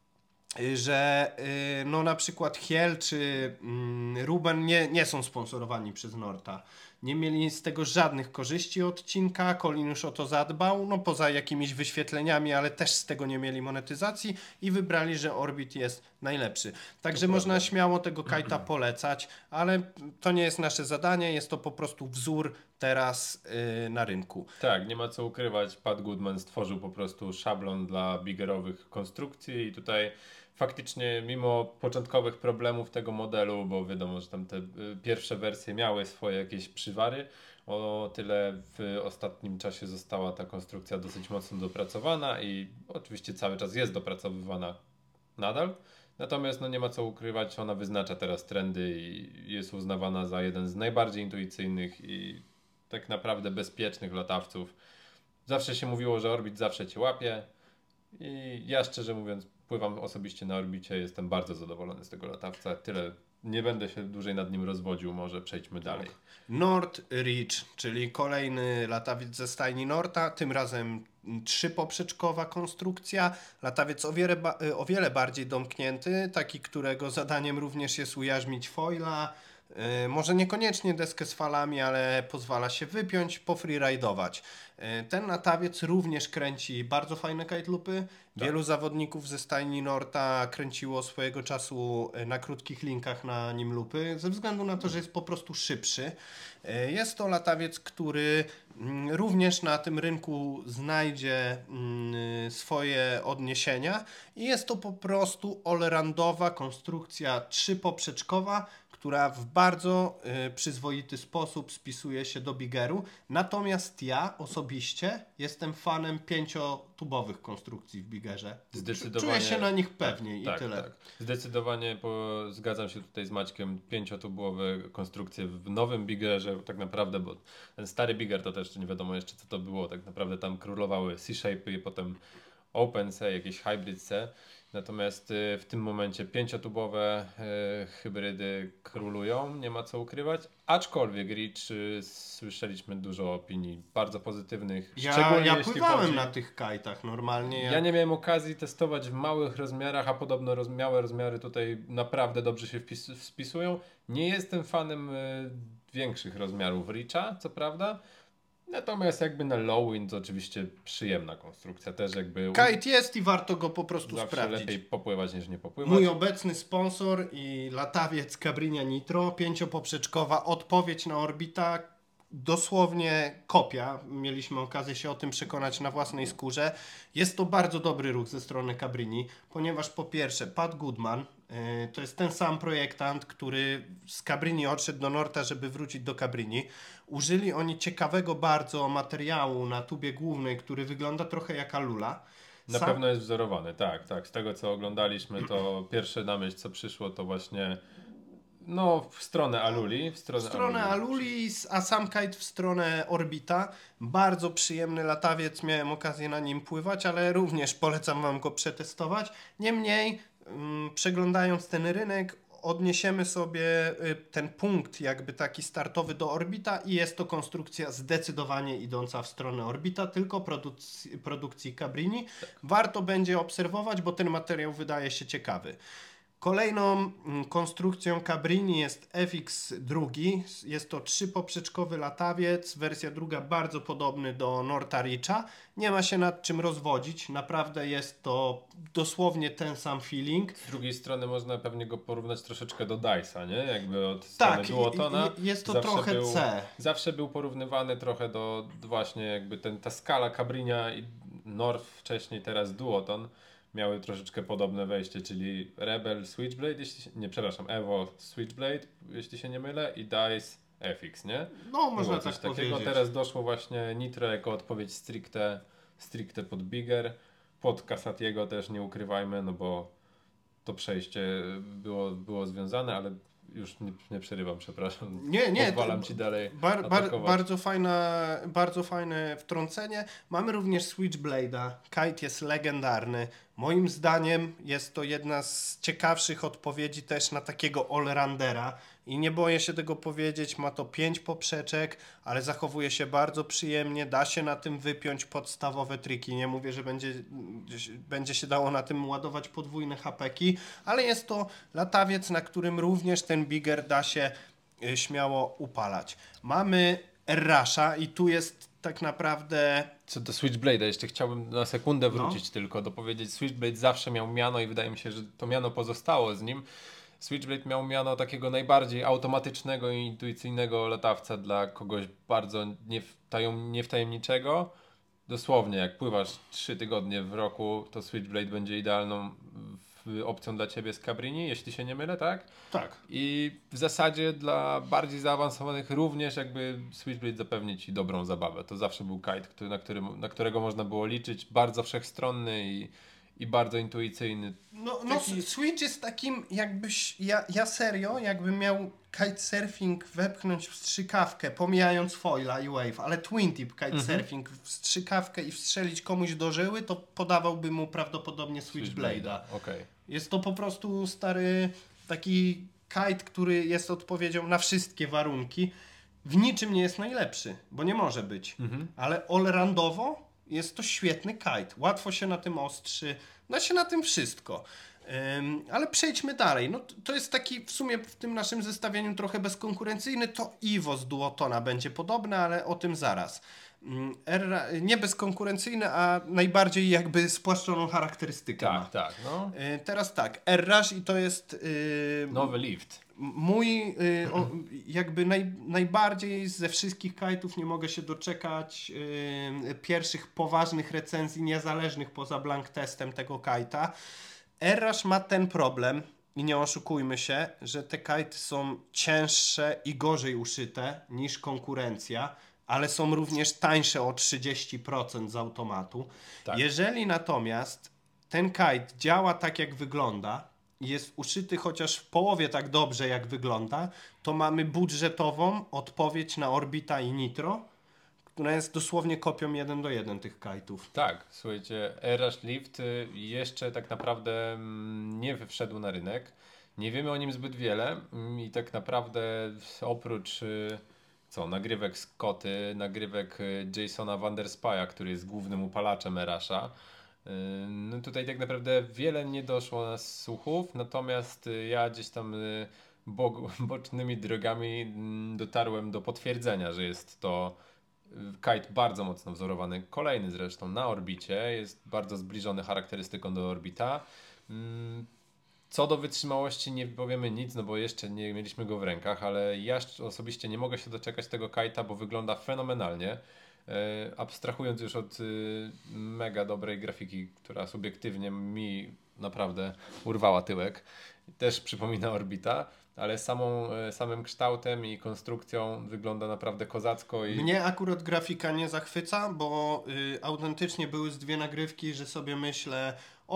że no na przykład Hiel czy Ruben nie są sponsorowani przez Norta. Nie mieli z tego żadnych korzyści odcinka, Colin już o to zadbał, no poza jakimiś wyświetleniami, ale też z tego nie mieli monetyzacji i wybrali, że Orbit jest najlepszy. Także można śmiało tego kajta polecać, ale to nie jest nasze zadanie, jest to po prostu wzór teraz na rynku. Tak, nie ma co ukrywać, Pat Goodman stworzył po prostu szablon dla biggerowych konstrukcji i tutaj faktycznie mimo początkowych problemów tego modelu, bo wiadomo, że tam te pierwsze wersje miały swoje jakieś przywary, o tyle w ostatnim czasie została ta konstrukcja dosyć mocno dopracowana i oczywiście cały czas jest dopracowywana nadal. Natomiast no nie ma co ukrywać, ona wyznacza teraz trendy i jest uznawana za jeden z najbardziej intuicyjnych i tak naprawdę bezpiecznych latawców. Zawsze się mówiło, że Orbit zawsze cię łapie i ja szczerze mówiąc pływam osobiście na Orbicie, jestem bardzo zadowolony z tego latawca. Tyle, nie będę się dłużej nad nim rozwodził, może przejdźmy dalej. Nord Reach, czyli kolejny latawiec ze stajni Norta, tym razem 3-poprzeczkowa konstrukcja, latawiec o wiele bardziej domknięty, taki, którego zadaniem również jest ujarzmić foila, może niekoniecznie deskę z falami, ale pozwala się wypiąć, pofreeridować. Ten latawiec również kręci bardzo fajne kite loopy. Wielu zawodników ze stajni Norta kręciło swojego czasu na krótkich linkach na nim loopy, ze względu na to, że jest po prostu szybszy. Jest to latawiec, który również na tym rynku znajdzie swoje odniesienia i jest to po prostu allroundowa konstrukcja 3-poprzeczkowa, która w bardzo przyzwoity sposób spisuje się do biggeru. Natomiast ja osobiście jestem fanem 5-tubowych konstrukcji w biggerze. Zdecydowanie. Czuję się na nich pewniej tak, i tyle. Tak. Zdecydowanie zgadzam się tutaj z Maćkiem. 5-tubowe konstrukcje w nowym biggerze tak naprawdę, bo ten stary bigger to też nie wiadomo jeszcze co to było. Tak naprawdę tam królowały C-shape'y i potem Open C, jakieś Hybrid C. Natomiast w tym momencie 5-tubowe hybrydy królują, nie ma co ukrywać. Aczkolwiek Reach słyszeliśmy dużo opinii bardzo pozytywnych. Ja pływałem na tych kajtach normalnie. Ja nie miałem okazji testować w małych rozmiarach, a podobno małe rozmiary tutaj naprawdę dobrze się wpisują. Nie jestem fanem większych rozmiarów Reacha, co prawda. Natomiast jakby na low wind to oczywiście przyjemna konstrukcja. Też jakby Kite jest i warto go po prostu zawsze sprawdzić. lepiej popływać niż nie popływać. Mój obecny sponsor i latawiec Cabrinia Nitro, 5-poprzeczkowa odpowiedź na Orbita, dosłownie kopia. Mieliśmy okazję się o tym przekonać na własnej skórze. Jest to bardzo dobry ruch ze strony Cabrini, ponieważ po pierwsze Pat Goodman to jest ten sam projektant, który z Cabrini odszedł do Norta, żeby wrócić do Cabrini. Użyli oni ciekawego bardzo materiału na tubie głównej, który wygląda trochę jak alula. Na pewno jest wzorowany, tak. Z tego co oglądaliśmy, to pierwsze na myśl co przyszło to właśnie w stronę Aluli. W stronę Aluli, a sam kite w stronę Orbita. Bardzo przyjemny latawiec, miałem okazję na nim pływać, ale również polecam wam go przetestować. Niemniej, przeglądając ten rynek, odniesiemy sobie ten punkt jakby taki startowy do Orbita i jest to konstrukcja zdecydowanie idąca w stronę Orbita, tylko produkcji Cabrini. Warto będzie obserwować, bo ten materiał wydaje się ciekawy. Kolejną konstrukcją Cabrini jest FX2. Jest to 3-poprzeczkowy latawiec. Wersja druga bardzo podobny do Northaricha. Nie ma się nad czym rozwodzić. Naprawdę jest to dosłownie ten sam feeling. Z drugiej strony można pewnie go porównać troszeczkę do Dice'a, nie? Jakby od strony Duotona. Jest to trochę C. Zawsze był porównywany trochę do właśnie jakby ta skala Cabrinia i North wcześniej, teraz Duoton. Miały troszeczkę podobne wejście, czyli Rebel Switchblade, Evo Switchblade, jeśli się nie mylę, i Dice FX, nie? No, można tak powiedzieć. Teraz doszło właśnie Nitro jako odpowiedź stricte pod Bigger, pod Casatiego też nie ukrywajmy, no bo to przejście było związane, ale już nie przerywam, przepraszam. Nie. Pozwalam ci dalej bardzo fajne wtrącenie. Mamy również Switchblade'a. Kite jest legendarny. Moim zdaniem jest to jedna z ciekawszych odpowiedzi też na takiego all-roundera. I nie boję się tego powiedzieć, ma to 5 poprzeczek, ale zachowuje się bardzo przyjemnie, da się na tym wypiąć podstawowe triki. Nie mówię, że będzie się dało na tym ładować podwójne hapeki, ale jest to latawiec, na którym również ten Bigger da się śmiało upalać. Mamy Airrusha i tu jest tak naprawdę... Co do Switchblade'a, jeszcze chciałbym na sekundę wrócić tylko, dopowiedzieć. Switchblade zawsze miał miano i wydaje mi się, że to miano pozostało z nim. Switchblade miał miano takiego najbardziej automatycznego i intuicyjnego latawca dla kogoś bardzo niewtajemniczego. Dosłownie, jak pływasz 3 tygodnie w roku, to Switchblade będzie idealną opcją dla ciebie z Cabrini, jeśli się nie mylę, tak? Tak. I w zasadzie dla bardziej zaawansowanych również jakby Switchblade zapewni ci dobrą zabawę. To zawsze był kite, na którego można było liczyć, bardzo wszechstronny i bardzo intuicyjny. Switch jest takim jakbyś, ja serio, jakbym miał kitesurfing wepchnąć w strzykawkę, pomijając foila i wave, ale twin tip kitesurfing w strzykawkę i wstrzelić komuś do żyły, to podawałbym mu prawdopodobnie Switchblade'a. Okay. Jest to po prostu stary taki kite, który jest odpowiedzią na wszystkie warunki. W niczym nie jest najlepszy, bo nie może być, ale all-roundowo jest to świetny kite. Łatwo się na tym ostrzy, da się na tym wszystko. Ale przejdźmy dalej. No, to jest taki w sumie w tym naszym zestawieniu trochę bezkonkurencyjny. To Evo z Duotona będzie podobne, ale o tym zaraz. Nie bezkonkurencyjny, a najbardziej jakby spłaszczoną charakterystykę ma. Tak. No. Teraz tak, Airrush i to jest... nowy lift. Mój jakby najbardziej ze wszystkich kite'ów nie mogę się doczekać pierwszych poważnych recenzji niezależnych poza blank testem tego kite'a. Airrush ma ten problem i nie oszukujmy się, że te kite'y są cięższe i gorzej uszyte niż konkurencja, ale są również tańsze o 30% z automatu. Tak. Jeżeli natomiast ten kite działa tak jak wygląda, jest uszyty chociaż w połowie tak dobrze jak wygląda, to mamy budżetową odpowiedź na Orbita i Nitro, która jest dosłownie kopią 1:1 tych kite'ów. Tak, słuchajcie, Airrush Lift jeszcze tak naprawdę nie wszedł na rynek. Nie wiemy o nim zbyt wiele i tak naprawdę oprócz nagrywek Scotty, nagrywek Jasona Van Der Spya, który jest głównym upalaczem Airrusha, no tutaj tak naprawdę wiele nie doszło na słuchów, natomiast ja gdzieś tam bocznymi drogami dotarłem do potwierdzenia, że jest to kite bardzo mocno wzorowany, kolejny zresztą na Orbicie, jest bardzo zbliżony charakterystyką do Orbita. Co do wytrzymałości nie powiemy nic, no bo jeszcze nie mieliśmy go w rękach, ale ja osobiście nie mogę się doczekać tego kite'a, bo wygląda fenomenalnie. Abstrahując już od mega dobrej grafiki, która subiektywnie mi naprawdę urwała tyłek, też przypomina Orbita, ale samym kształtem i konstrukcją wygląda naprawdę kozacko i Mnie akurat grafika nie zachwyca, bo autentycznie były z dwie nagrywki, że sobie myślę,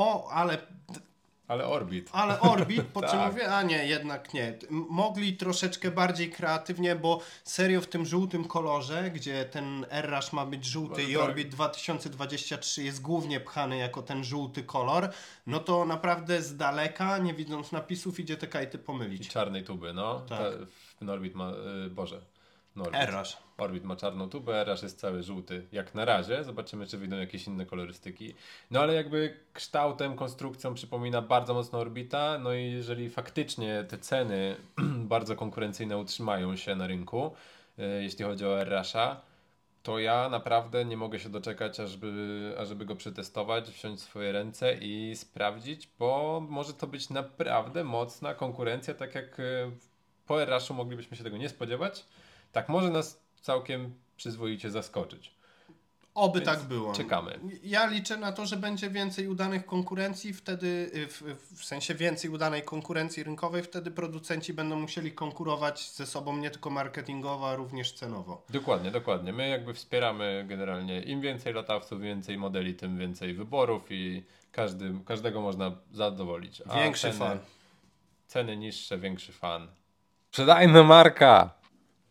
ale Orbit. ale Orbit, po czym Tak. mówię, a nie, jednak nie. Mogli troszeczkę bardziej kreatywnie, bo serio w tym żółtym kolorze, gdzie ten Airrush ma być żółty i tak. Orbit 2023 jest głównie pchany jako ten żółty kolor, no to naprawdę z daleka, nie widząc napisów, idzie te kajty I pomylić. czarnej tuby, no. Tak. Orbit ma, Boże. No Airrush. Orbit ma czarną tubę, Airrush jest cały żółty. Jak na razie, zobaczymy czy wyjdą jakieś inne kolorystyki. No ale jakby kształtem, konstrukcją przypomina bardzo mocno Orbita, no i jeżeli faktycznie te ceny bardzo konkurencyjne utrzymają się na rynku, jeśli chodzi o Airrusha, to ja naprawdę nie mogę się doczekać, ażeby go przetestować, wziąć w swoje ręce i sprawdzić, bo może to być naprawdę mocna konkurencja, tak jak po Airrushu moglibyśmy się tego nie spodziewać. Tak może nas całkiem przyzwoicie zaskoczyć. Oby Więc tak było. czekamy. Ja liczę na to, że będzie więcej udanych konkurencji, wtedy w sensie więcej udanej konkurencji rynkowej, wtedy producenci będą musieli konkurować ze sobą nie tylko marketingowo, a również cenowo. Dokładnie, dokładnie. My jakby wspieramy generalnie im więcej latawców, więcej modeli, tym więcej wyborów i każdego można zadowolić. A Większy fan. Ceny niższe, większy fan. Sprzedajmy marka!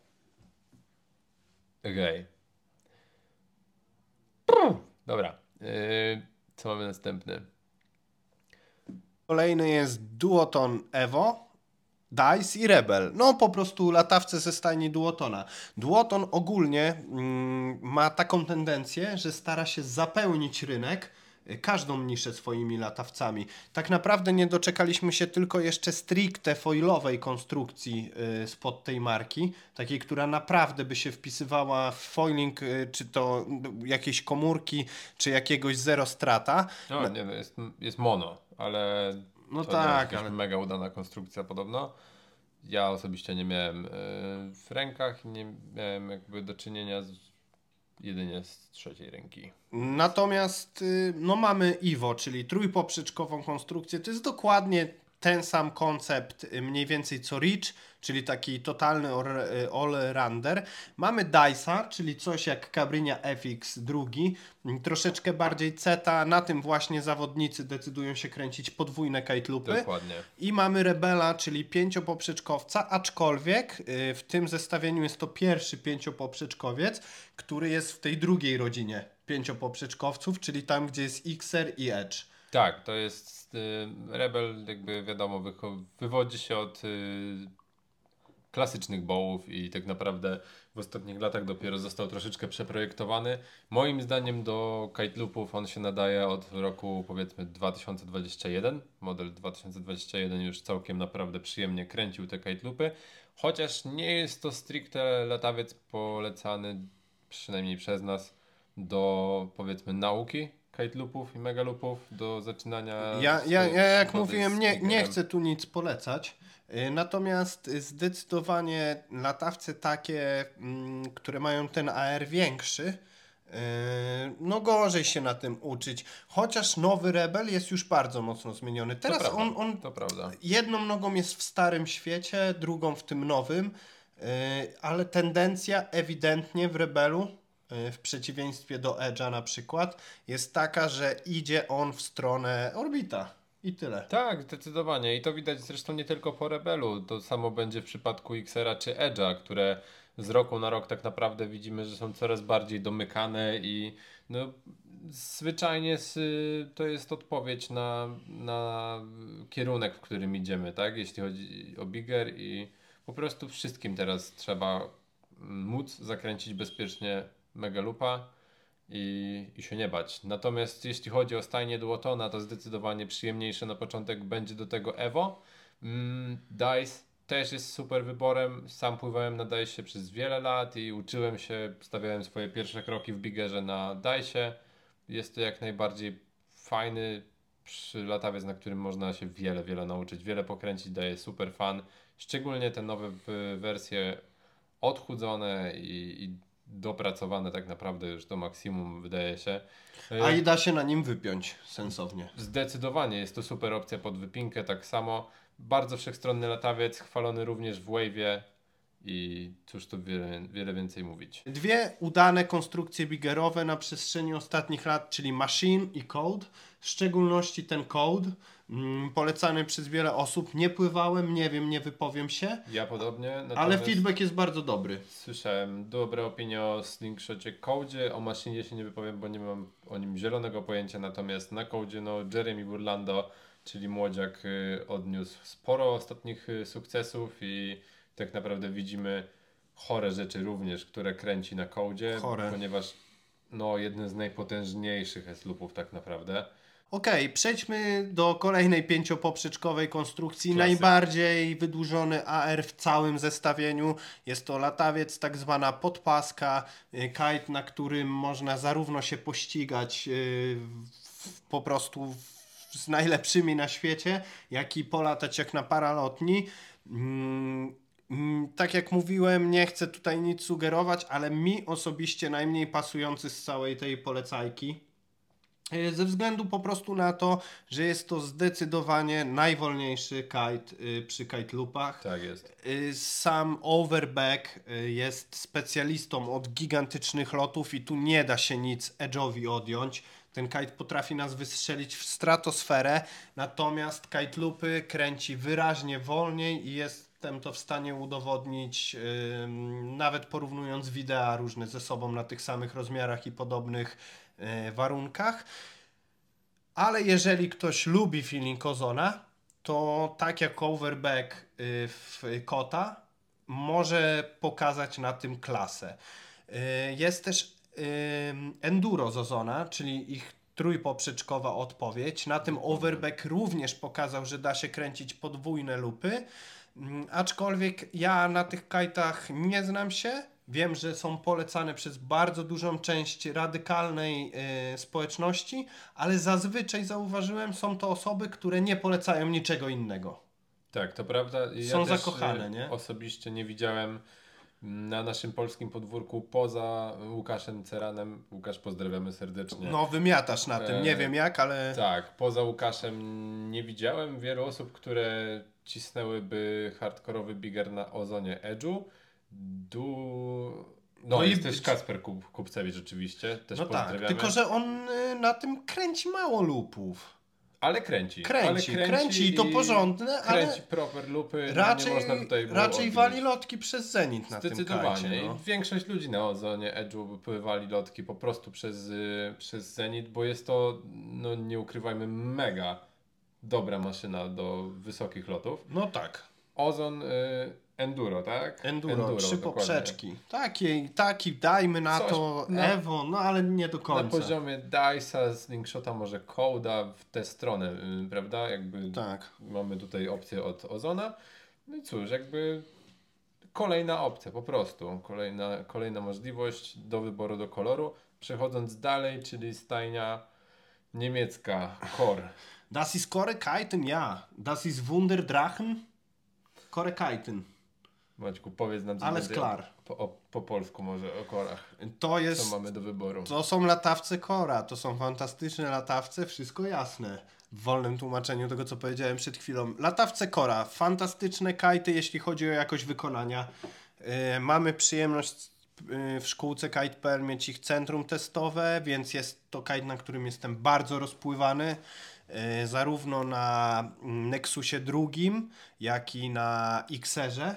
Okej. Dobra. Co mamy następny? Kolejny jest Duoton Evo, Dice i Rebel. No po prostu latawce ze stajni Duotona. Duoton ogólnie ma taką tendencję, że stara się zapełnić rynek każdą niszę swoimi latawcami. Tak naprawdę nie doczekaliśmy się tylko jeszcze stricte foilowej konstrukcji spod tej marki, takiej, która naprawdę by się wpisywała w foiling, czy to jakiejś komórki, czy jakiegoś zero strata. No, nie, no jest mono, ale No to tak, jakaś ale mega udana konstrukcja podobno. Ja osobiście nie miałem w rękach, nie miałem jakby do czynienia jedynie z trzeciej ręki. natomiast no mamy Iwo, czyli trójpoprzeczkową konstrukcję. To jest dokładnie ten sam koncept mniej więcej co Reach, czyli taki totalny all-rounder. Mamy Dice'a, czyli coś jak Cabrinha FX drugi, troszeczkę bardziej CETA. Na tym właśnie zawodnicy decydują się kręcić podwójne kite loopy. Dokładnie. I mamy Rebela, czyli pięciopoprzeczkowca, aczkolwiek w tym zestawieniu jest to pierwszy pięciopoprzeczkowiec, który jest w tej drugiej rodzinie pięciopoprzeczkowców, czyli tam, gdzie jest XR i Edge. Tak, to jest Rebel, jakby wiadomo, wywodzi się od klasycznych bowów i tak naprawdę w ostatnich latach dopiero został troszeczkę przeprojektowany. Moim zdaniem do kite loopów on się nadaje od roku powiedzmy 2021. Model 2021 już całkiem naprawdę przyjemnie kręcił te kite loopy, chociaż nie jest to stricte latawiec polecany, przynajmniej przez nas, do powiedzmy nauki kite loopów i mega loopów, do zaczynania Ja jak przygody mówiłem, z nie biggerem. chcę tu nic polecać. Natomiast zdecydowanie latawce takie, które mają ten AR większy, no gorzej się na tym uczyć. Chociaż nowy Rebel jest już bardzo mocno zmieniony. Teraz To prawda, on to prawda. jedną nogą jest w starym świecie, drugą w tym nowym, ale tendencja ewidentnie w Rebelu, w przeciwieństwie do Edge'a na przykład, jest taka, że idzie on w stronę Orbita. I tyle. Tak, zdecydowanie. I to widać zresztą nie tylko po Rebelu. To samo będzie w przypadku Xera czy Edge'a, które z roku na rok tak naprawdę widzimy, że są coraz bardziej domykane i no, zwyczajnie to jest odpowiedź na kierunek, w którym idziemy, tak? Jeśli chodzi o bigger i po prostu wszystkim teraz trzeba móc zakręcić bezpiecznie Megaloopa i się nie bać. Natomiast jeśli chodzi o stajnię Duotona, to zdecydowanie przyjemniejsze na początek będzie do tego Evo. Dice też jest super wyborem. Sam pływałem na Dice przez wiele lat i uczyłem się, stawiałem swoje pierwsze kroki w biggerze na Dice. Jest to jak najbardziej fajny latawiec, na którym można się wiele nauczyć, wiele pokręcić, daje super fan. Szczególnie te nowe wersje odchudzone i dopracowane tak naprawdę już do maksimum, wydaje się. A i da się na nim wypiąć sensownie. Zdecydowanie jest to super opcja pod wypinkę, tak samo. Bardzo wszechstronny latawiec, chwalony również w Wave'ie i cóż tu wiele więcej mówić. Dwie udane konstrukcje biggerowe na przestrzeni ostatnich lat, czyli Machine i Code. W szczególności ten Code, polecany przez wiele osób. Nie pływałem, nie wiem, nie wypowiem się, Ja podobnie, ale natomiast feedback jest bardzo dobry. słyszałem dobre opinie o Slingshocie Code, o maszynie się nie wypowiem, bo nie mam o nim zielonego pojęcia, natomiast na Code Jeremy Burlando, czyli młodziak, odniósł sporo ostatnich sukcesów i tak naprawdę widzimy chore rzeczy również, które kręci na Code, Chore. ponieważ jednym z najpotężniejszych S-loopów tak naprawdę. Okej, przejdźmy do kolejnej pięciopoprzeczkowej konstrukcji. Klasyk. Najbardziej wydłużony AR w całym zestawieniu. Jest to latawiec, tak zwana podpaska, kite, na którym można zarówno się pościgać po prostu z najlepszymi na świecie, jak i polatać jak na paralotni. Tak jak mówiłem, nie chcę tutaj nic sugerować, ale mi osobiście najmniej pasujący z całej tej polecajki. Ze względu po prostu na to, że jest to zdecydowanie najwolniejszy kite przy kite loopach. Tak jest. Sam Overback jest specjalistą od gigantycznych lotów i tu nie da się nic edge'owi odjąć. Ten kite potrafi nas wystrzelić w stratosferę, natomiast kite loopy kręci wyraźnie wolniej i jestem to w stanie udowodnić nawet porównując wideo różne ze sobą na tych samych rozmiarach i podobnych warunkach. Ale jeżeli ktoś lubi feeling Ozona, to tak jak Overback w Kota może pokazać na tym klasę. Jest też Enduro z Ozona, czyli ich trójpoprzeczkowa odpowiedź. Na tym Overback również pokazał, że da się kręcić podwójne loopy. Aczkolwiek ja na tych kajtach nie znam się. Wiem, że są polecane przez bardzo dużą część radykalnej społeczności, ale zazwyczaj zauważyłem, są to osoby, które nie polecają niczego innego. Tak, to prawda. Ja Są też, zakochane, nie? Osobiście nie widziałem na naszym polskim podwórku poza Łukaszem Ceranem. Łukasz, pozdrawiamy serdecznie. No wymiatasz na tym, nie wiem jak, ale... Tak, poza Łukaszem nie widziałem wielu osób, które cisnęłyby hardkorowy bigger na Ozonie Edge'u. No jest i też Kacper Kupcewicz oczywiście, też No tak, pozdrawiamy. tylko że on na tym kręci mało loopów. Ale kręci. Kręci i to porządne, ale kręci proper loopy. raczej, nie można tutaj było raczej odbić. wali lotki przez zenit na tym Zdecydowanie. kajcie. No. I większość ludzi na Ozonie Edge'u pływali lotki po prostu przez zenit, bo jest to, nie ukrywajmy, mega dobra maszyna do wysokich lotów. No tak. Ozon Enduro, tak? Enduro, trzy dokładnie. poprzeczki. Taki dajmy na Coś to na- Evo, no ale nie do Na końca. poziomie Dice'a, Slingshota, może Code'a w tę stronę, prawda? Jakby Tak. mamy tutaj opcję od Ozona. No i cóż, jakby kolejna opcja po prostu. Kolejna możliwość do wyboru do koloru. Przechodząc dalej, czyli stajnia niemiecka, Kor. Das ist Korrekiten, ja. Das ist Wunderdrachen. Korrekiten. Maćku, powiedz nam coś Alles więcej klar. po polsku może o korach. To Co jest... mamy do wyboru? To są latawce Kora, to są fantastyczne latawce, wszystko jasne. W wolnym tłumaczeniu tego, co powiedziałem przed chwilą. Latawce Kora, fantastyczne kajty, jeśli chodzi o jakość wykonania. Mamy przyjemność w szkółce Kite.pl mieć ich centrum testowe, więc jest to kite, na którym jestem bardzo rozpływany. Zarówno na Nexusie drugim, jak i na Xerze.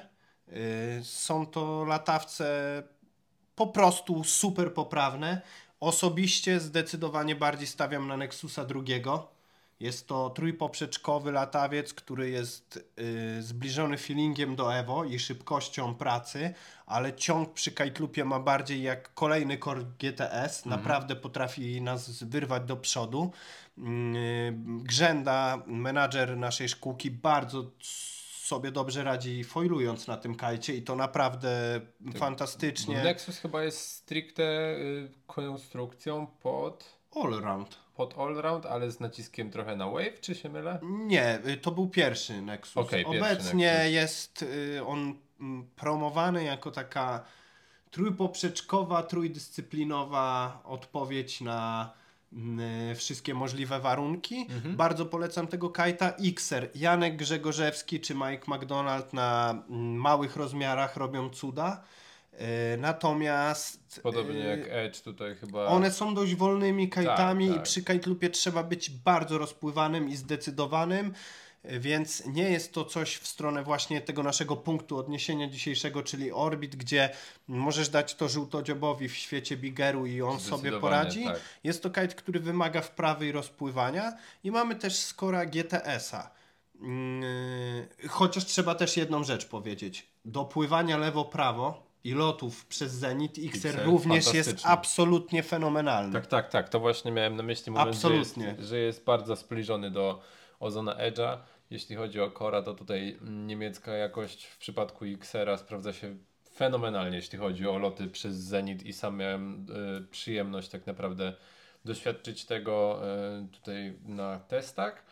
Są to latawce po prostu super poprawne. Osobiście zdecydowanie bardziej stawiam na Nexusa drugiego. Jest to trójpoprzeczkowy latawiec, który jest zbliżony feelingiem do Evo i szybkością pracy, ale ciąg przy kite loopie ma bardziej jak kolejny Core GTS. Naprawdę potrafi nas wyrwać do przodu. Grzęda, menadżer naszej szkółki, bardzo sobie dobrze radzi foilując na tym kajcie i to naprawdę fantastycznie. Nexus chyba jest stricte konstrukcją pod Allround. ale z naciskiem trochę na wave, czy się mylę? Nie, to był pierwszy Nexus. Okej, pierwszy Obecnie Nexus. jest on promowany jako trójpoprzeczkowa, trójdyscyplinowa odpowiedź na wszystkie możliwe warunki. Bardzo polecam tego kajta. Xer, Janek Grzegorzewski czy Mike McDonald na małych rozmiarach robią cuda. Natomiast Podobnie jak Edge tutaj chyba. one są dość wolnymi kajtami Tak. i przy kite loopie trzeba być bardzo rozpływanym i zdecydowanym, więc nie jest to coś w stronę właśnie tego naszego punktu odniesienia dzisiejszego, czyli Orbit, gdzie możesz dać to żółtodziobowi w świecie biggeru i on sobie Zdecydowanie, poradzi. tak. Jest to kite, który wymaga wprawy i rozpływania i mamy też Skora GTS-a. Chociaż trzeba też jedną rzecz powiedzieć. Do pływania lewo-prawo i lotów przez Zenit Xer również jest fantastyczny. absolutnie fenomenalny. Tak. To właśnie miałem na myśli, mówiąc, Absolutnie. że jest bardzo zbliżony do Ozona Edge'a. Jeśli chodzi o Cora, to tutaj niemiecka jakość w przypadku Xera sprawdza się fenomenalnie, jeśli chodzi o loty przez Zenit i sam miałem przyjemność tak naprawdę doświadczyć tego tutaj na testach.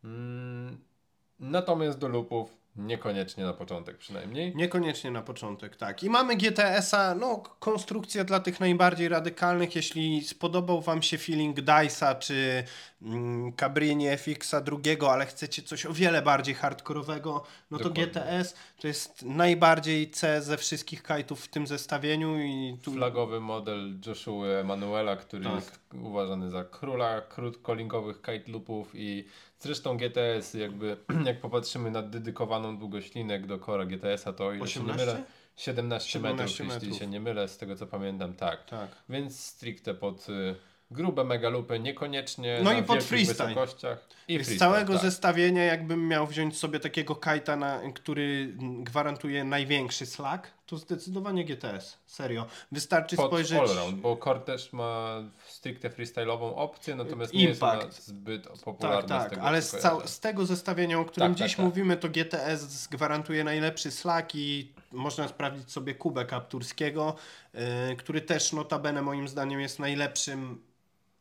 Natomiast do loopów niekoniecznie na początek przynajmniej. Niekoniecznie na początek, tak. I mamy GTS-a, konstrukcja dla tych najbardziej radykalnych. Jeśli spodobał Wam się feeling Dice'a czy Cabrini FX-a drugiego, ale chcecie coś o wiele bardziej hardkorowego, to Dokładnie. GTS to jest najbardziej C ze wszystkich kite'ów w tym zestawieniu. I tu Flagowy model Joshua Emanuela, który Tak. jest uważany za króla krótkolinkowych kite loopów i zresztą GTS jakby jak popatrzymy na dedykowaną długość linek do Cora GTS-a, to o ile się nie 18? mylę 17 metrów, 17 jeśli metrów. się nie mylę, z tego co pamiętam, tak. Tak. Więc stricte pod grube megalupy, niekoniecznie No na i pod wielkich freestyle. wysokościach. I Z freestyle, całego tak. zestawienia, jakbym miał wziąć sobie takiego kajta, który gwarantuje największy slack, to zdecydowanie GTS. Serio. Wystarczy Pod spojrzeć. allround, bo Core też ma stricte freestyle'ową opcję, natomiast nie jest ona Impact. zbyt popularna z Tak, tego, ale co kojarzę. z tego zestawienia, o którym Tak, dziś tak. mówimy, to GTS gwarantuje najlepszy slack i można sprawdzić sobie Kubę Kapturskiego, który też notabene moim zdaniem jest najlepszym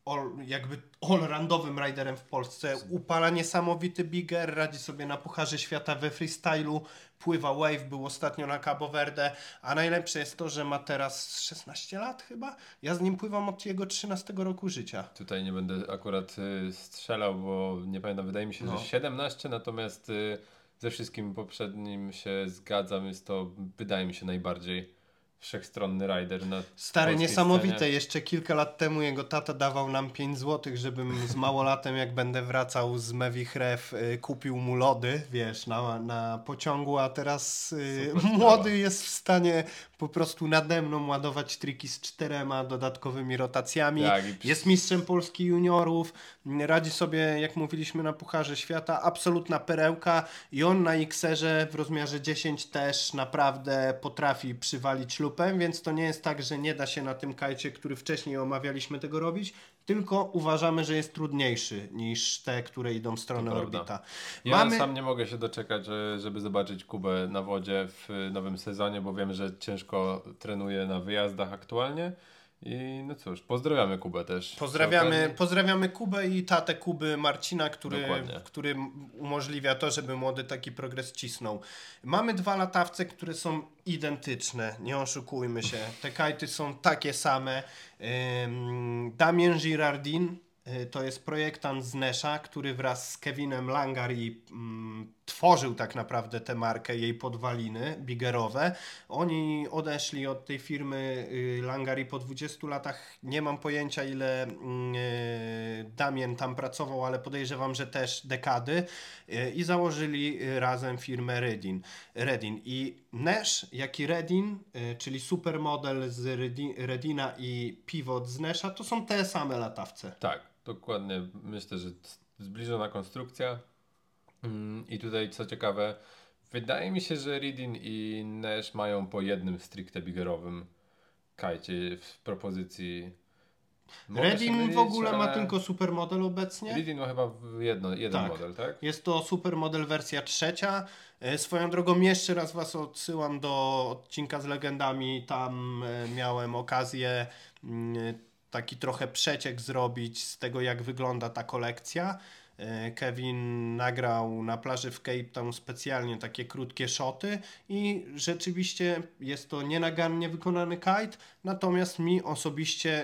all-roundowym riderem w Polsce. Upala niesamowity bigger, radzi sobie na Pucharze Świata we freestylu, pływa wave, był ostatnio na Cabo Verde, a najlepsze jest to, że ma teraz 16 lat chyba. Ja z nim pływam od jego 13 roku życia. Tutaj nie będę akurat strzelał, bo nie pamiętam, wydaje mi się, No. że 17, natomiast ze wszystkim poprzednim się zgadzam, jest to, wydaje mi się, najbardziej wszechstronny rider na Stare, polskiej niesamowite. scenie. Jeszcze kilka lat temu jego tata dawał nam 5 zł, żebym z małolatem, jak będę wracał z Mevich Rev, kupił mu lody, wiesz, na pociągu, a teraz Super sprawa. młody jest w stanie po prostu nade mną ładować triki z 4 dodatkowymi rotacjami. Tak, Jest mistrzem Polski juniorów, radzi sobie, jak mówiliśmy, na Pucharze Świata, absolutna perełka i on na Xerze w rozmiarze 10 też naprawdę potrafi przywalić lupem, więc to nie jest tak, że nie da się na tym kajcie, który wcześniej omawialiśmy, tego robić, tylko uważamy, że jest trudniejszy niż te, które idą w stronę To prawda. Orbita. Ja sam nie mogę się doczekać, żeby zobaczyć Kubę na wodzie w nowym sezonie, bo wiem, że ciężko trenuje na wyjazdach aktualnie. I no cóż, pozdrawiamy Kubę też. Pozdrawiamy Kubę i tatę Kuby Marcina, Dokładnie. który umożliwia to, żeby młody taki progres cisnął. Mamy 2 latawce, które są identyczne, nie oszukujmy się. Te kajty są takie same. Damien Girardin to jest projektant z Nesha, który wraz z Kevinem Langari tworzył tak naprawdę tę markę, jej podwaliny biggerowe. Oni odeszli od tej firmy Langari po 20 latach. Nie mam pojęcia, ile Damien tam pracował, ale podejrzewam, że też dekady. I założyli razem firmę Redin. I Nesh, jak i Redin, czyli supermodel z Redina i Pivot z Nesha, to są te same latawce. Tak, dokładnie. Myślę, że zbliżona konstrukcja. I tutaj co ciekawe, wydaje mi się, że Redin i Nesh mają po jednym stricte biggerowym kajcie w propozycji. Mogę się Redin mylić, w ogóle ma ale tylko supermodel obecnie. Redin ma chyba jeden Tak. model, tak? Jest to supermodel wersja 3. Swoją drogą jeszcze raz Was odsyłam do odcinka z legendami. Tam miałem okazję taki trochę przeciek zrobić z tego, jak wygląda ta kolekcja. Kevin nagrał na plaży w Cape Town specjalnie takie krótkie shoty i rzeczywiście jest to nienagannie wykonany kite, natomiast mi osobiście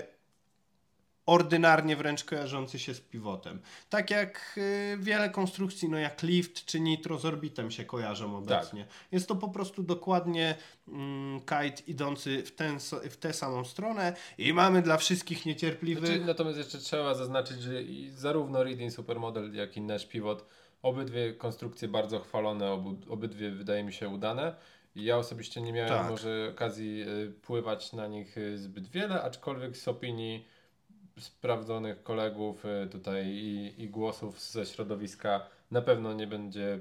ordynarnie wręcz kojarzący się z pivotem. Tak jak wiele konstrukcji, no jak Lift czy Nitro z Orbitem się kojarzą obecnie. Jest to po prostu dokładnie kite idący w tę samą stronę i mamy dla wszystkich niecierpliwych... Natomiast jeszcze trzeba zaznaczyć, że zarówno Reading Supermodel, jak i Nash Pivot, obydwie konstrukcje bardzo chwalone, obydwie wydaje mi się udane. Ja osobiście nie miałem może okazji pływać na nich zbyt wiele, aczkolwiek z opinii sprawdzonych kolegów tutaj i głosów ze środowiska na pewno nie będzie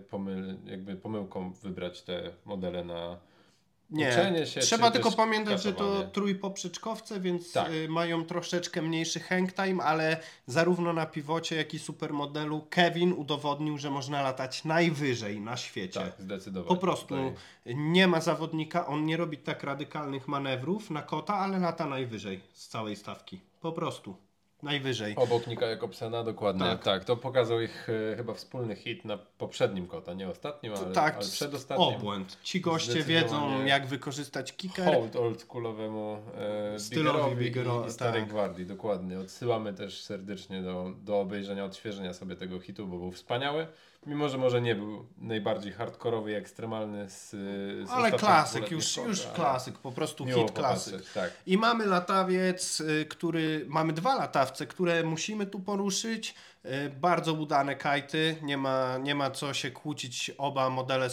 pomyłką wybrać te modele na uczenie się. Trzeba tylko pamiętać, że to trójpoprzeczkowce, więc mają troszeczkę mniejszy hang time, ale zarówno na pivocie, jak i supermodelu Kevin udowodnił, że można latać najwyżej na świecie. Tak, zdecydowanie. Po prostu nie ma zawodnika, on nie robi tak radykalnych manewrów na kota, ale lata najwyżej z całej stawki. Po prostu. Najwyżej. Obok Nika Jakobsena, dokładnie. Tak, to pokazał ich chyba wspólny hit na poprzednim kota, nie ostatnim, ale przedostatnim. Obłęd. Ci goście wiedzą, jak wykorzystać kicker. Hołd oldschoolowemu stylowi Biggerowi i Starej Gwardii, dokładnie. Odsyłamy też serdecznie do obejrzenia, odświeżenia sobie tego hitu, bo był wspaniały. Mimo, że może nie był najbardziej hardkorowy i ekstremalny ale klasyk, już klasyk, po prostu hit klasyk. Tak. I mamy latawiec, mamy dwa latawce, które musimy tu poruszyć. Bardzo udane kajty, nie ma co się kłócić, oba modele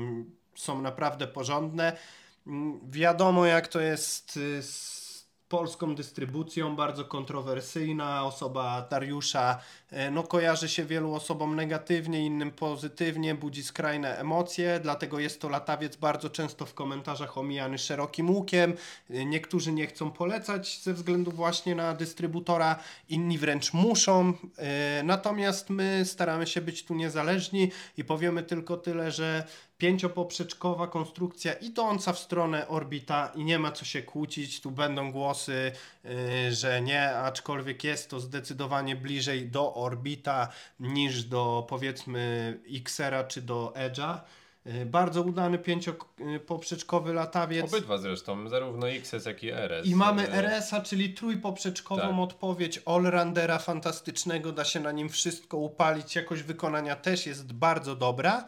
są naprawdę porządne. Wiadomo jak to jest z polską dystrybucją, bardzo kontrowersyjna. Osoba Dariusza kojarzy się wielu osobom negatywnie, innym pozytywnie, budzi skrajne emocje, dlatego jest to latawiec bardzo często w komentarzach omijany szerokim łukiem. Niektórzy nie chcą polecać ze względu właśnie na dystrybutora, inni wręcz muszą. Natomiast my staramy się być tu niezależni i powiemy tylko tyle, że pięciopoprzeczkowa konstrukcja idąca w stronę Orbita i nie ma co się kłócić, tu będą głosy, że nie, aczkolwiek jest to zdecydowanie bliżej do Orbita niż do powiedzmy Xera czy do Edge'a. Bardzo udany pięciopoprzeczkowy latawiec. Obydwa zresztą, zarówno XS jak i RS. I mamy RS-a, czyli trójpoprzeczkową odpowiedź allroundera fantastycznego, da się na nim wszystko upalić, jakość wykonania też jest bardzo dobra.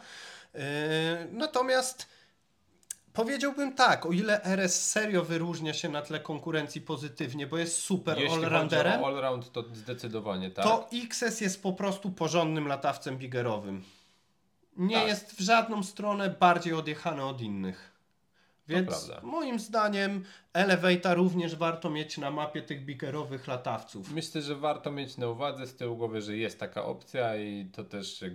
Natomiast powiedziałbym tak, o ile RS serio wyróżnia się na tle konkurencji pozytywnie, bo jest super allrounderem. Jeśli chodzi o allround, to zdecydowanie tak. To XS jest po prostu porządnym latawcem biggerowym. Nie jest w żadną stronę bardziej odjechany od innych. Więc moim zdaniem Elevata również warto mieć na mapie tych biggerowych latawców. Myślę, że warto mieć na uwadze z tyłu głowy, że jest taka opcja i to też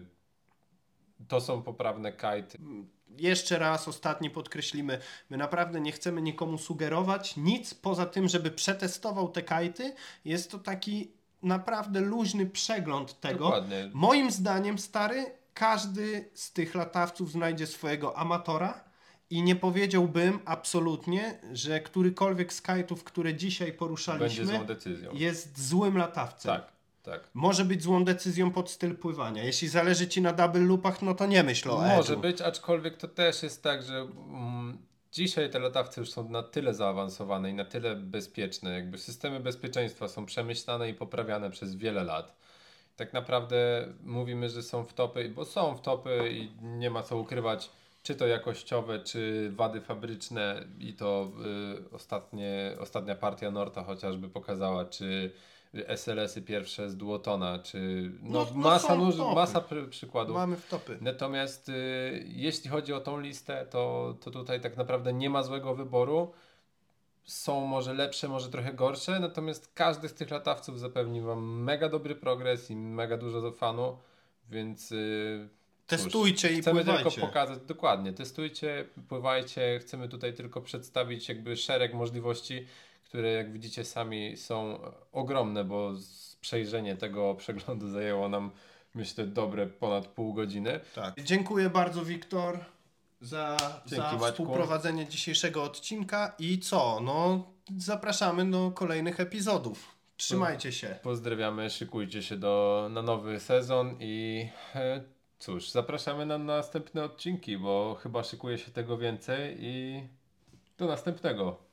to są poprawne kajty. Jeszcze raz, ostatni podkreślimy, my naprawdę nie chcemy nikomu sugerować nic poza tym, żeby przetestował te kajty. Jest to taki naprawdę luźny przegląd tego. Dokładnie. Moim zdaniem, każdy z tych latawców znajdzie swojego amatora i nie powiedziałbym absolutnie, że którykolwiek z kajtów, które dzisiaj poruszaliśmy, jest złym latawcem. Tak. Może być złą decyzją pod styl pływania. Jeśli zależy ci na double loopach, no to nie myśl o edge'u. Może być, aczkolwiek to też jest tak, że dzisiaj te latawce już są na tyle zaawansowane i na tyle bezpieczne. Systemy bezpieczeństwa są przemyślane i poprawiane przez wiele lat. Tak naprawdę mówimy, że są wtopy, bo są wtopy i nie ma co ukrywać, czy to jakościowe, czy wady fabryczne i to ostatnia partia Norta chociażby pokazała, czy SLS-y pierwsze z Duotona, czy masa przykładów. Mamy wtopy. Natomiast jeśli chodzi o tą listę, to tutaj tak naprawdę nie ma złego wyboru. Są może lepsze, może trochę gorsze, natomiast każdy z tych latawców zapewni wam mega dobry progres i mega dużo fanu, więc testujcie i chcemy pływajcie. Tylko pokazać, dokładnie, testujcie, pływajcie, chcemy tutaj tylko przedstawić szereg możliwości, które jak widzicie sami są ogromne, bo przejrzenie tego przeglądu zajęło nam, myślę, dobre ponad pół godziny. Tak. Dziękuję bardzo, Wiktor, za współprowadzenie dzisiejszego odcinka i zapraszamy do kolejnych epizodów. Trzymajcie się. Pozdrawiamy, szykujcie się na nowy sezon i cóż, zapraszamy na następne odcinki, bo chyba szykuje się tego więcej i do następnego.